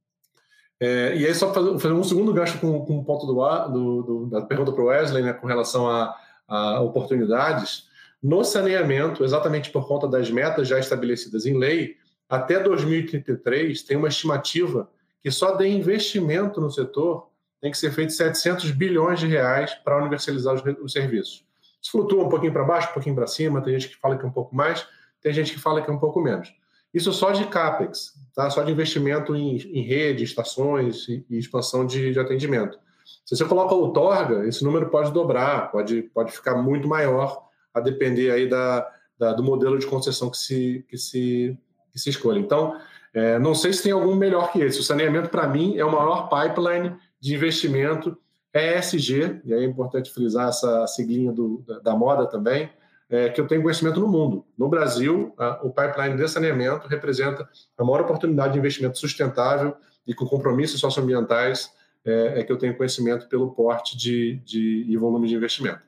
É, e aí, só fazer, fazer um segundo gancho com, com o ponto do, do, do, da pergunta para o Wesley, né, com relação a, a oportunidades. No saneamento, exatamente por conta das metas já estabelecidas em lei, até dois mil e trinta e três tem uma estimativa que só de investimento no setor tem que ser feito setecentos bilhões de reais para universalizar os, os serviços. Isso flutua um pouquinho para baixo, um pouquinho para cima, tem gente que fala que é um pouco mais, tem gente que fala que é um pouco menos. Isso só de CAPEX, tá? Só de investimento em, em rede, estações e, e expansão de, de atendimento. Se você coloca o outorga, esse número pode dobrar, pode, pode ficar muito maior, a depender aí da, da, do modelo de concessão que se, que se, que se escolha. Então, é, não sei se tem algum melhor que esse. O saneamento, para mim, é o maior pipeline de investimento E S G, e aí é importante frisar essa siglinha do, da, da moda também, é, que eu tenho conhecimento no mundo. No Brasil, a, o pipeline de saneamento representa a maior oportunidade de investimento sustentável e com compromissos socioambientais é, é que eu tenho conhecimento pelo porte de, de, e volume de investimento.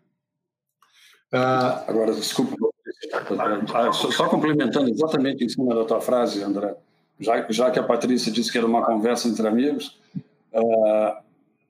Ah, Agora, desculpa, ah, só, só complementando exatamente em cima da tua frase, André, já, já que a Patrícia disse que era uma conversa entre amigos, ah,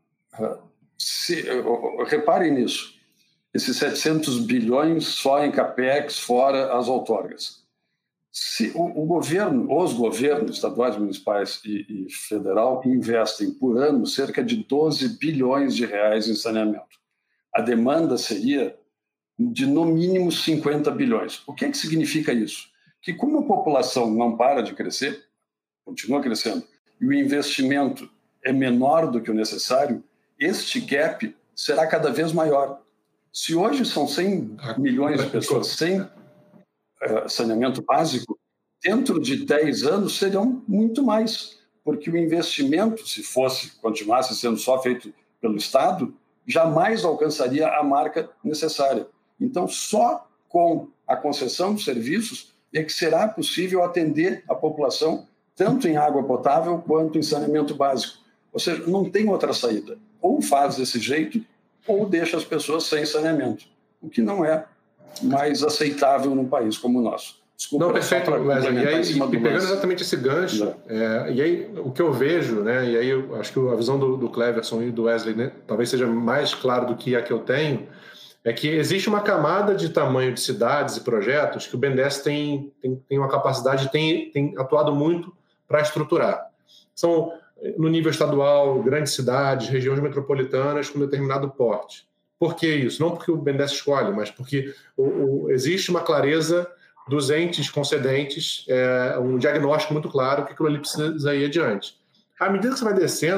se, reparem nisso, esses setecentos bilhões só em CAPEX, fora as outorgas. Se o, o governo, os governos estaduais, municipais e, e federal investem por ano cerca de doze bilhões de reais em saneamento. A demanda seria de no mínimo cinquenta bilhões. O que é que significa isso? Que como a população não para de crescer, continua crescendo, e o investimento é menor do que o necessário, este gap será cada vez maior. Se hoje são cem milhões de pessoas sem uh, saneamento básico, dentro de dez anos serão muito mais, porque o investimento, se fosse, continuasse sendo só feito pelo Estado, jamais alcançaria a marca necessária. Então, só com a concessão de serviços é que será possível atender a população tanto em água potável quanto em saneamento básico. Ou seja, não tem outra saída. Ou faz desse jeito, ou deixa as pessoas sem saneamento, o que não é mais aceitável num país como o nosso. Desculpa, não, perfeito, Wesley. E aí, e pegando exatamente esse gancho, é, e aí o que eu vejo, né, e aí eu acho que a visão do, do Cleverson e do Wesley, né, talvez seja mais claro do que a que eu tenho, é que existe uma camada de tamanho de cidades e projetos que o BNDES tem, tem, tem uma capacidade, tem, tem atuado muito para estruturar. São, no nível estadual, grandes cidades, regiões metropolitanas com determinado porte. Por que isso? Não porque o BNDES escolhe, mas porque o, o, existe uma clareza dos entes concedentes, é, um diagnóstico muito claro que aquilo ali precisa ir adiante. À medida que você vai descendo,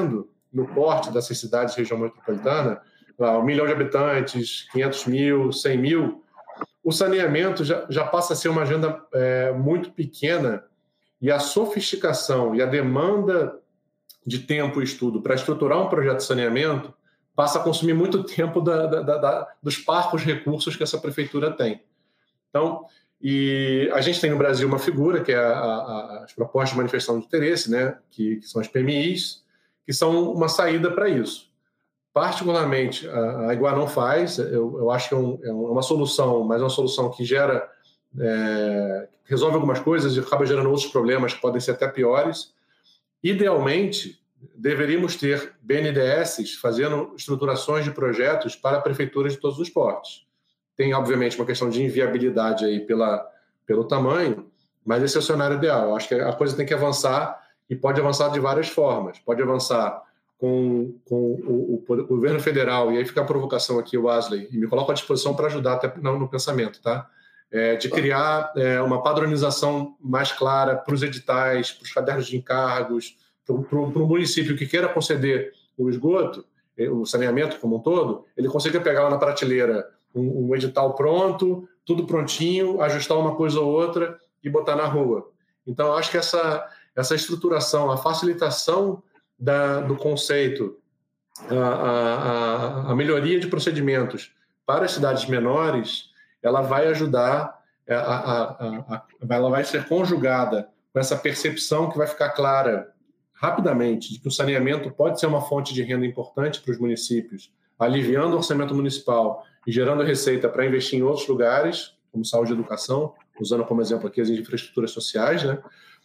no porte dessas cidades de região metropolitana, lá, um milhão de habitantes, quinhentos mil, cem mil, o saneamento já, já passa a ser uma agenda é, muito pequena, e a sofisticação e a demanda de tempo e estudo para estruturar um projeto de saneamento passa a consumir muito tempo da, da, da, dos parcos recursos que essa prefeitura tem. Então, e a gente tem no Brasil uma figura, que é a, a, as propostas de manifestação de interesse, né, que, que são as P M Is, que são uma saída para isso. Particularmente, a, a Iguá não faz, eu, eu acho que é, um, é uma solução, mas é uma solução que gera, é, resolve algumas coisas e acaba gerando outros problemas que podem ser até piores. Idealmente, deveríamos ter B N D Ss fazendo estruturações de projetos para prefeituras de todos os portes. Tem, obviamente, uma questão de inviabilidade aí pela, pelo tamanho, mas esse é o cenário ideal. Eu acho que a coisa tem que avançar e pode avançar de várias formas. Pode avançar com, com o, o, o governo federal, e aí fica a provocação aqui, o Wesley, e me coloco à disposição para ajudar até no, no pensamento, tá? É, de criar é, uma padronização mais clara para os editais, para os cadernos de encargos, para o município que queira conceder o esgoto, o saneamento como um todo, ele consiga pegar lá na prateleira um, um edital pronto, tudo prontinho, ajustar uma coisa ou outra e botar na rua. Então, eu acho que essa, essa estruturação, a facilitação da, do conceito, a, a, a melhoria de procedimentos para as cidades menores, ela vai ajudar, a, a, a, a, ela vai ser conjugada com essa percepção que vai ficar clara rapidamente de que o saneamento pode ser uma fonte de renda importante para os municípios, aliviando o orçamento municipal e gerando receita para investir em outros lugares, como saúde e educação, usando como exemplo aqui as infraestruturas sociais, né?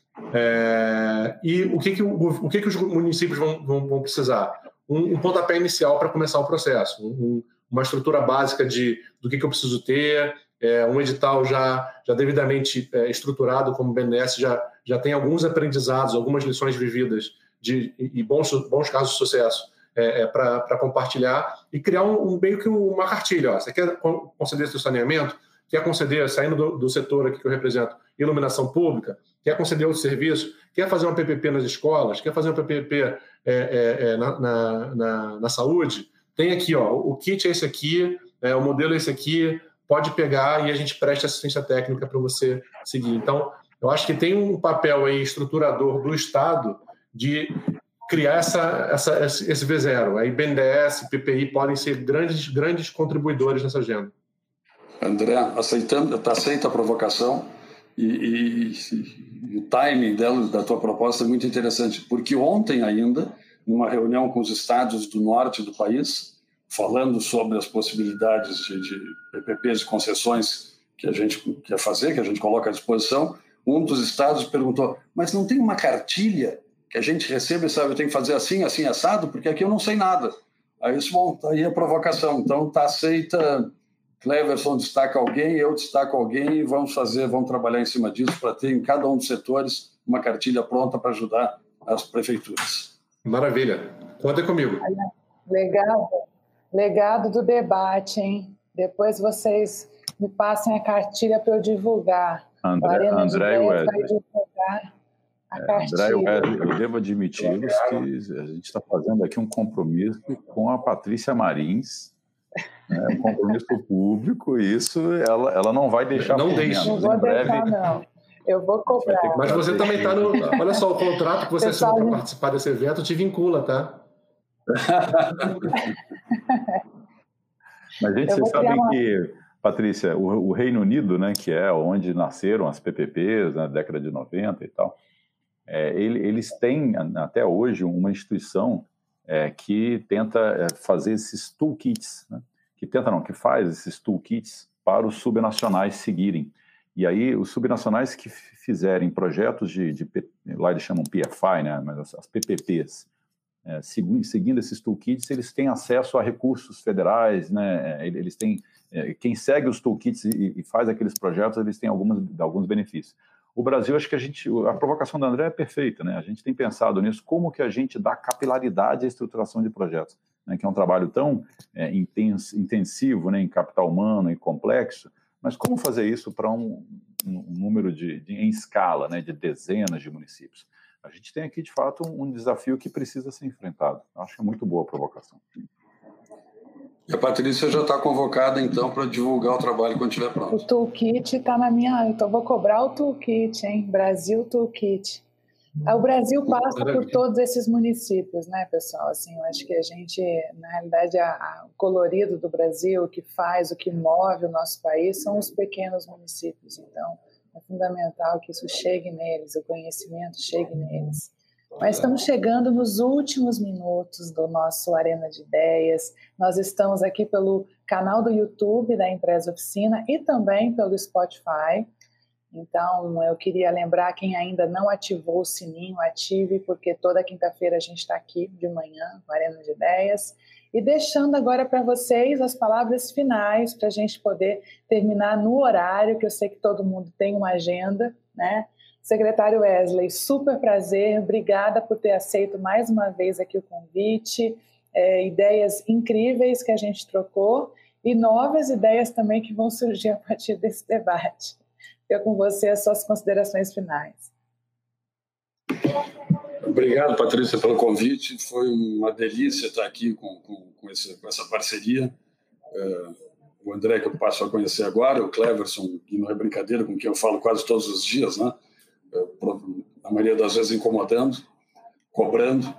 É, e o que, que, o, o que, que os municípios vão, vão, vão precisar? Um, um pontapé inicial para começar o processo, um, uma estrutura básica de, do que, que eu preciso ter, é, um edital já, já devidamente é, estruturado, como o B N D E S já, já tem alguns aprendizados, algumas lições vividas de, e bons, bons casos de sucesso é, é, para compartilhar e criar um, um, meio que uma cartilha. Ó, você quer conceder seu saneamento? Quer conceder, saindo do, do setor aqui que eu represento, iluminação pública? Quer conceder outro serviço? Quer fazer uma P P P nas escolas? Quer fazer uma P P P é, é, é, na, na, na, na saúde? Tem aqui, ó, o kit é esse aqui, é, o modelo é esse aqui, pode pegar e a gente presta assistência técnica para você seguir. Então, eu acho que tem um papel aí estruturador do Estado de criar essa, essa, esse V zero. Aí B N D E S, P P I podem ser grandes, grandes contribuidores nessa agenda. André, aceitando, tá aceita a provocação e, e, e o timing dela, da tua proposta é muito interessante, porque ontem ainda, numa reunião com os estados do norte do país, falando sobre as possibilidades de, de P P Ps e concessões que a gente quer fazer, que a gente coloca à disposição, um dos estados perguntou, mas não tem uma cartilha que a gente recebe e sabe, eu tenho que fazer assim, assim, assado, porque aqui eu não sei nada. Aí isso, bom, aí a provocação. Então está aceita, Cleverson destaca alguém, eu destaco alguém e vamos fazer, vamos trabalhar em cima disso para ter em cada um dos setores uma cartilha pronta para ajudar as prefeituras. Maravilha. Conta comigo. Legado, legado do debate, hein? Depois vocês me passem a cartilha para eu divulgar. André, André e Wesley. divulgar a é, cartilha. André e Wesley, eu devo admiti-los que a gente está fazendo aqui um compromisso com a Patrícia Marins, né, um compromisso público, e isso ela, ela não vai deixar não por deixe. menos. Não vou Em breve, deixar, não. Eu vou cobrar. Mas você também está no... Olha só, o contrato que você Pessoal, assinou para participar desse evento te vincula, tá? Mas, gente, vocês sabem uma... que, Patrícia, o, o Reino Unido, né, que é onde nasceram as P P Ps, na década de noventa e tal, é, ele, eles têm, até hoje, uma instituição é, que tenta fazer esses toolkits, né? que tenta não, que faz esses toolkits para os subnacionais seguirem. E aí, os subnacionais que fizerem projetos de, de lá eles chamam P F I, né, mas as, as P P Ps, é, seguindo, seguindo esses toolkits, eles têm acesso a recursos federais, né, eles têm, é, quem segue os toolkits e, e faz aqueles projetos, eles têm algumas, alguns benefícios. O Brasil, acho que a gente, a provocação da André é perfeita, né, a gente tem pensado nisso, como que a gente dá capilaridade à estruturação de projetos, né, que é um trabalho tão é, intens, intensivo, né, em capital humano e complexo, mas como fazer isso para um, um número de, de, em escala, né, de dezenas de municípios? A gente tem aqui, de fato, um desafio que precisa ser enfrentado. Eu acho que é muito boa a provocação. E a Patrícia já está convocada, então, para divulgar o trabalho quando estiver pronto. O toolkit está na minha... Então, vou cobrar o toolkit, hein? Brasil Toolkit. O Brasil passa por todos esses municípios, né, pessoal? Assim, eu acho que a gente, na realidade, a, a, o colorido do Brasil, o que faz, o que move o nosso país, são os pequenos municípios. Então, é fundamental que isso chegue neles, o conhecimento chegue neles. Mas estamos chegando nos últimos minutos do nosso Arena de Ideias. Nós estamos aqui pelo canal do YouTube da Empresa Oficina e também pelo Spotify. Então, eu queria lembrar quem ainda não ativou o sininho, ative, porque toda quinta-feira a gente está aqui de manhã, no Arena de Ideias. E deixando agora para vocês as palavras finais, para a gente poder terminar no horário, que eu sei que todo mundo tem uma agenda, né? Secretário Wesley, super prazer, obrigada por ter aceito mais uma vez aqui o convite, é, ideias incríveis que a gente trocou e novas ideias também que vão surgir a partir desse debate. Fica com você as suas considerações finais. Obrigado, Patrícia, pelo convite. Foi uma delícia estar aqui com, com, com, essa, com essa parceria. É, o André, que eu passo a conhecer agora, o Cleverson, que não é brincadeira, com quem eu falo quase todos os dias, né? É, a maioria das vezes incomodando, cobrando.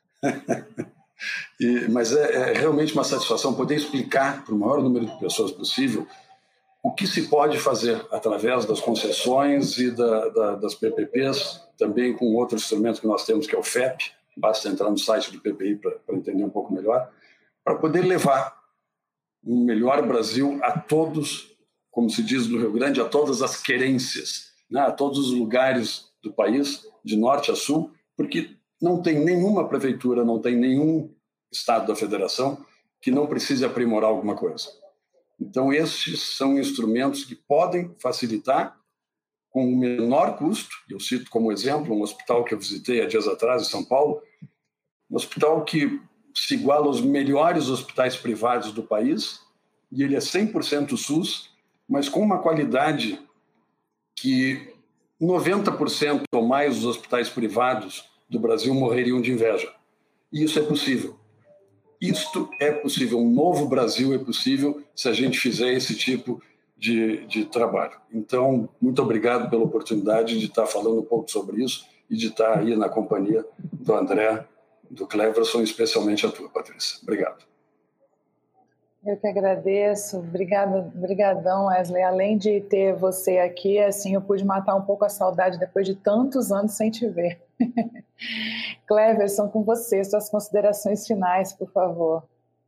e, mas é, é realmente uma satisfação poder explicar para o maior número de pessoas possível o que se pode fazer através das concessões e da, da, das P P Ps, também com outro instrumento que nós temos, que é o F E P, basta entrar no site do P P I para entender um pouco melhor, para poder levar um melhor Brasil a todos, como se diz no Rio Grande, a todas as querências, né? A todos os lugares do país, de norte a sul, porque não tem nenhuma prefeitura, não tem nenhum estado da federação que não precise aprimorar alguma coisa. Então, esses são instrumentos que podem facilitar com o menor custo. Eu cito como exemplo um hospital que eu visitei há dias atrás, em São Paulo, um hospital que se iguala aos melhores hospitais privados do país, e ele é cem por cento SUS, mas com uma qualidade que noventa por cento ou mais dos hospitais privados do Brasil morreriam de inveja. E isso é possível. Isto é possível, um novo Brasil é possível se a gente fizer esse tipo de, de trabalho. Então, muito obrigado pela oportunidade de estar falando um pouco sobre isso e de estar aí na companhia do André, do Cleverson, especialmente a tua, Patrícia. Obrigado. Eu que agradeço. Obrigada, brigadão, Wesley. Além de ter você aqui, assim, eu pude matar um pouco a saudade depois de tantos anos sem te ver. Cleverson, com você, suas considerações finais, por favor.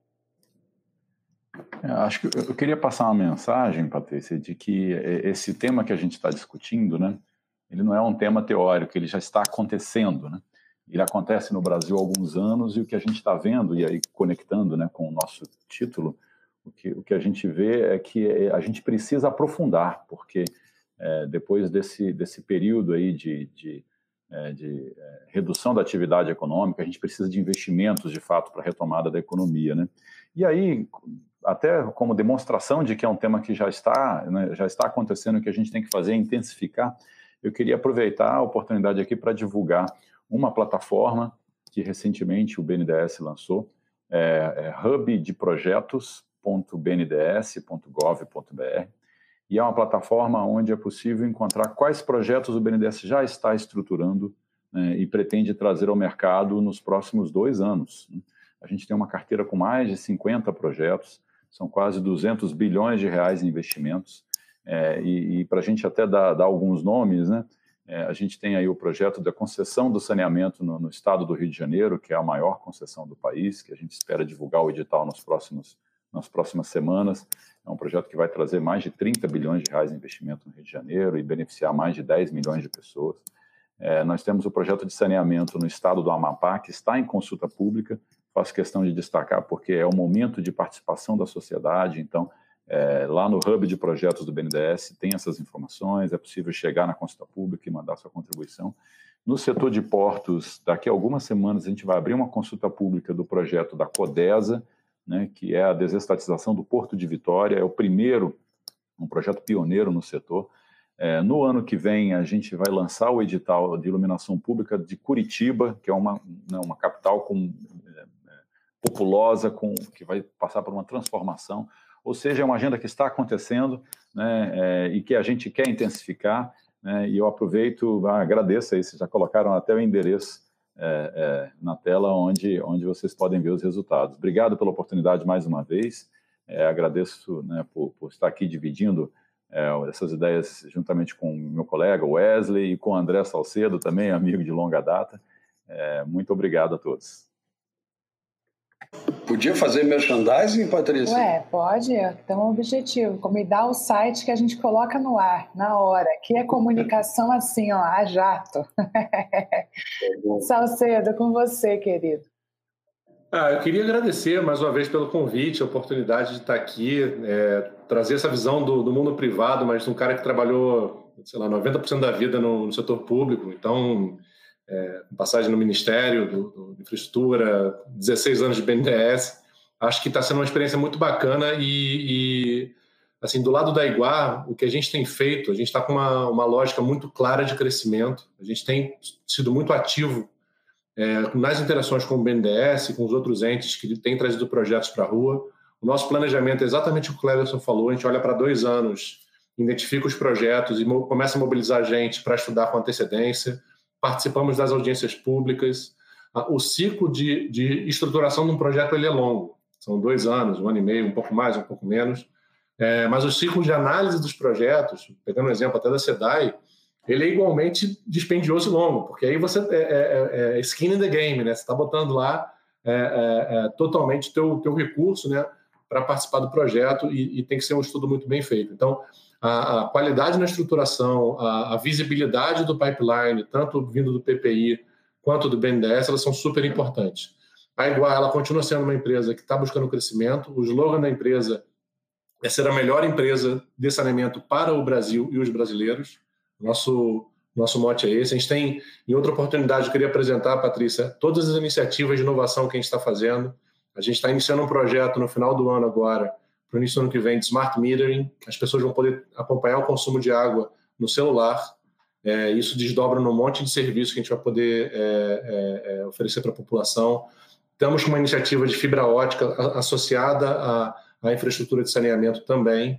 Eu acho que eu queria passar uma mensagem, Patrícia, de que esse tema que a gente está discutindo, né, ele não é um tema teórico, ele já está acontecendo, né? Ele acontece no Brasil há alguns anos e o que a gente está vendo, e aí conectando, né, com o nosso título, o que, o que a gente vê é que a gente precisa aprofundar, porque é, depois desse, desse período aí de, de, é, de é, redução da atividade econômica, a gente precisa de investimentos, de fato, para a retomada da economia, né? E aí, até como demonstração de que é um tema que já está, né, já está acontecendo, o que a gente tem que fazer é intensificar, eu queria aproveitar a oportunidade aqui para divulgar uma plataforma que recentemente o B N D E S lançou, é, é hub de projetos ponto b n d e s ponto gov ponto b r, e é uma plataforma onde é possível encontrar quais projetos o B N D E S já está estruturando, né, e pretende trazer ao mercado nos próximos dois anos. A gente tem uma carteira com mais de cinquenta projetos, são quase duzentos bilhões de reais em investimentos, é, e, e para a gente até dar, dar alguns nomes, né? É, a gente tem aí o projeto da concessão do saneamento no, no estado do Rio de Janeiro, que é a maior concessão do país, que a gente espera divulgar o edital nos próximos, nas próximas semanas. É um projeto que vai trazer mais de trinta bilhões de reais de investimento no Rio de Janeiro e beneficiar mais de dez milhões de pessoas. É, nós temos o projeto de saneamento no estado do Amapá, que está em consulta pública. Faço questão de destacar porque é o momento de participação da sociedade, então É, lá no hub de projetos do B N D E S tem essas informações, é possível chegar na consulta pública e mandar sua contribuição. No setor de portos, daqui a algumas semanas a gente vai abrir uma consulta pública do projeto da Codesa, né, que é a desestatização do Porto de Vitória, é o primeiro, um projeto pioneiro no setor. É, no ano que vem, a gente vai lançar o edital de iluminação pública de Curitiba, que é uma, né, uma capital com, é, populosa, com, que vai passar por uma transformação. Ou seja, é uma agenda que está acontecendo, né, é, e que a gente quer intensificar. Né, e eu aproveito, ah, agradeço aí, vocês já colocaram até o endereço é, é, na tela onde, onde vocês podem ver os resultados. Obrigado pela oportunidade mais uma vez. É, agradeço, né, por, por estar aqui dividindo é, essas ideias juntamente com o meu colega Wesley e com o André Salcedo, também amigo de longa data. É, muito obrigado a todos. Podia fazer merchandising, Patrícia? Ué, pode. Tem um objetivo. Como me dá o site que a gente coloca no ar, na hora. Que é comunicação assim, ó, a jato. Salcedo, com você, querido. Ah, eu queria agradecer mais uma vez pelo convite, a oportunidade de estar aqui, é, trazer essa visão do, do mundo privado, mas de um cara que trabalhou, sei lá, noventa por cento da vida no, no setor público. Então, é, passagem no Ministério do, do Infraestrutura, dezesseis anos de B N D E S. Acho que está sendo uma experiência muito bacana e, e, assim, do lado da I G U A, o que a gente tem feito, a gente está com uma, uma lógica muito clara de crescimento. A gente tem sido muito ativo é, nas interações com o B N D E S, com os outros entes que têm trazido projetos para a rua. O nosso planejamento é exatamente o que o Cleverson falou, a gente olha para dois anos, identifica os projetos e começa a mobilizar a gente para estudar com antecedência. Participamos das audiências públicas. O ciclo de, de estruturação de um projeto ele é longo, são dois anos, um ano e meio, um pouco mais, um pouco menos. É, mas o ciclo de análise dos projetos, pegando um exemplo até da SEDAI, ele é igualmente dispendioso e longo, porque aí você é, é, é skin in the game, né? Você está botando lá é, é, é, totalmente teu teu recurso, né, para participar do projeto e, e tem que ser um estudo muito bem feito. Então, a, a qualidade na estruturação, a, a visibilidade do pipeline, tanto vindo do P P I quanto do B N D E S, elas são super importantes. A I G U A, ela continua sendo uma empresa que está buscando crescimento. O slogan da empresa é ser a melhor empresa de saneamento para o Brasil e os brasileiros. Nosso, nosso mote é esse. A gente tem, em outra oportunidade, eu queria apresentar, Patrícia, todas as iniciativas de inovação que a gente está fazendo. A gente está iniciando um projeto no final do ano agora, para o início do ano que vem, de smart metering. As pessoas vão poder acompanhar o consumo de água no celular. É, isso desdobra num monte de serviços que a gente vai poder é, é, é, oferecer para a população. Estamos com uma iniciativa de fibra ótica associada à, à infraestrutura de saneamento também.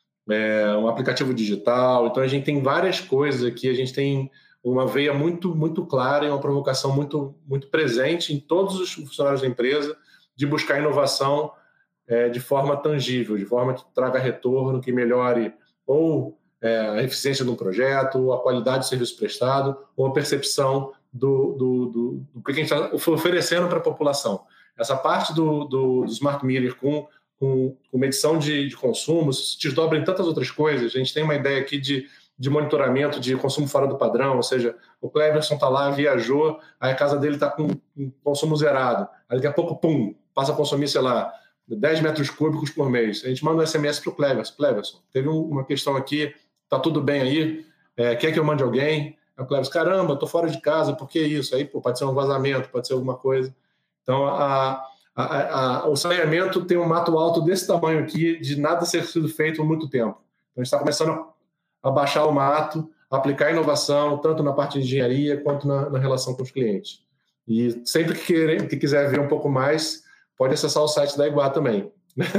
É, um aplicativo digital. Então, a gente tem várias coisas aqui. A gente tem uma veia muito, muito clara e uma provocação muito, muito presente em todos os funcionários da empresa de buscar inovação é, de forma tangível, de forma que traga retorno, que melhore ou é, a eficiência de um projeto, ou a qualidade do serviço prestado, ou a percepção do, do, do, do que a gente está oferecendo para a população. Essa parte do, do, do Smart Meter com Com, com medição de, de consumo, se desdobra em tantas outras coisas. A gente tem uma ideia aqui de, de monitoramento de consumo fora do padrão, ou seja, o Cleverson está lá, viajou, aí a casa dele está com um consumo zerado. Aí daqui a pouco, pum, passa a consumir, sei lá, dez metros cúbicos por mês. A gente manda um S M S para o Cleverson. Cleverson, teve um, uma questão aqui, está tudo bem aí? É, quer que eu mande alguém? Aí o Cleverson, caramba, estou fora de casa, por que isso? Aí pô, pode ser um vazamento, pode ser alguma coisa. Então, a... A, a, o saneamento tem um mato alto desse tamanho aqui, de nada ser sido feito há muito tempo. Então, a gente está começando a baixar o mato, aplicar inovação, tanto na parte de engenharia quanto na, na relação com os clientes. E sempre que, querer, que quiser ver um pouco mais, pode acessar o site da I G U A também,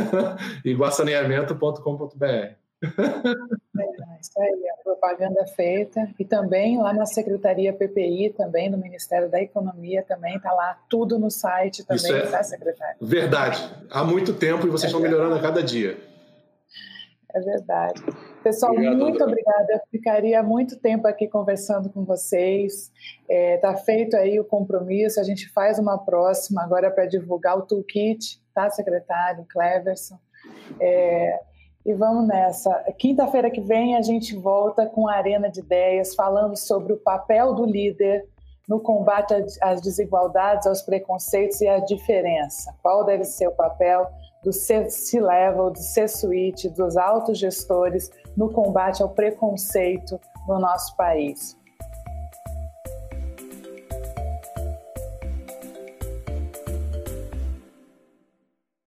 iguasaneamento ponto com ponto b r. É, isso aí, a propaganda feita. E também lá na Secretaria P P I, também no Ministério da Economia, também está lá tudo no site também, isso é tá, secretário? Verdade. Há muito tempo e vocês é estão verdade. melhorando a cada dia. É verdade. Pessoal, Obrigado, muito André. obrigada. Eu ficaria muito tempo aqui conversando com vocês. Está é, feito aí o compromisso, a gente faz uma próxima agora para divulgar o toolkit, tá, secretário Cleverson? É, e vamos nessa. Quinta-feira que vem a gente volta com a Arena de Ideias, falando sobre o papel do líder no combate às desigualdades, aos preconceitos e à diferença. Qual deve ser o papel do C-Level, do C-Suite, dos altos gestores no combate ao preconceito no nosso país.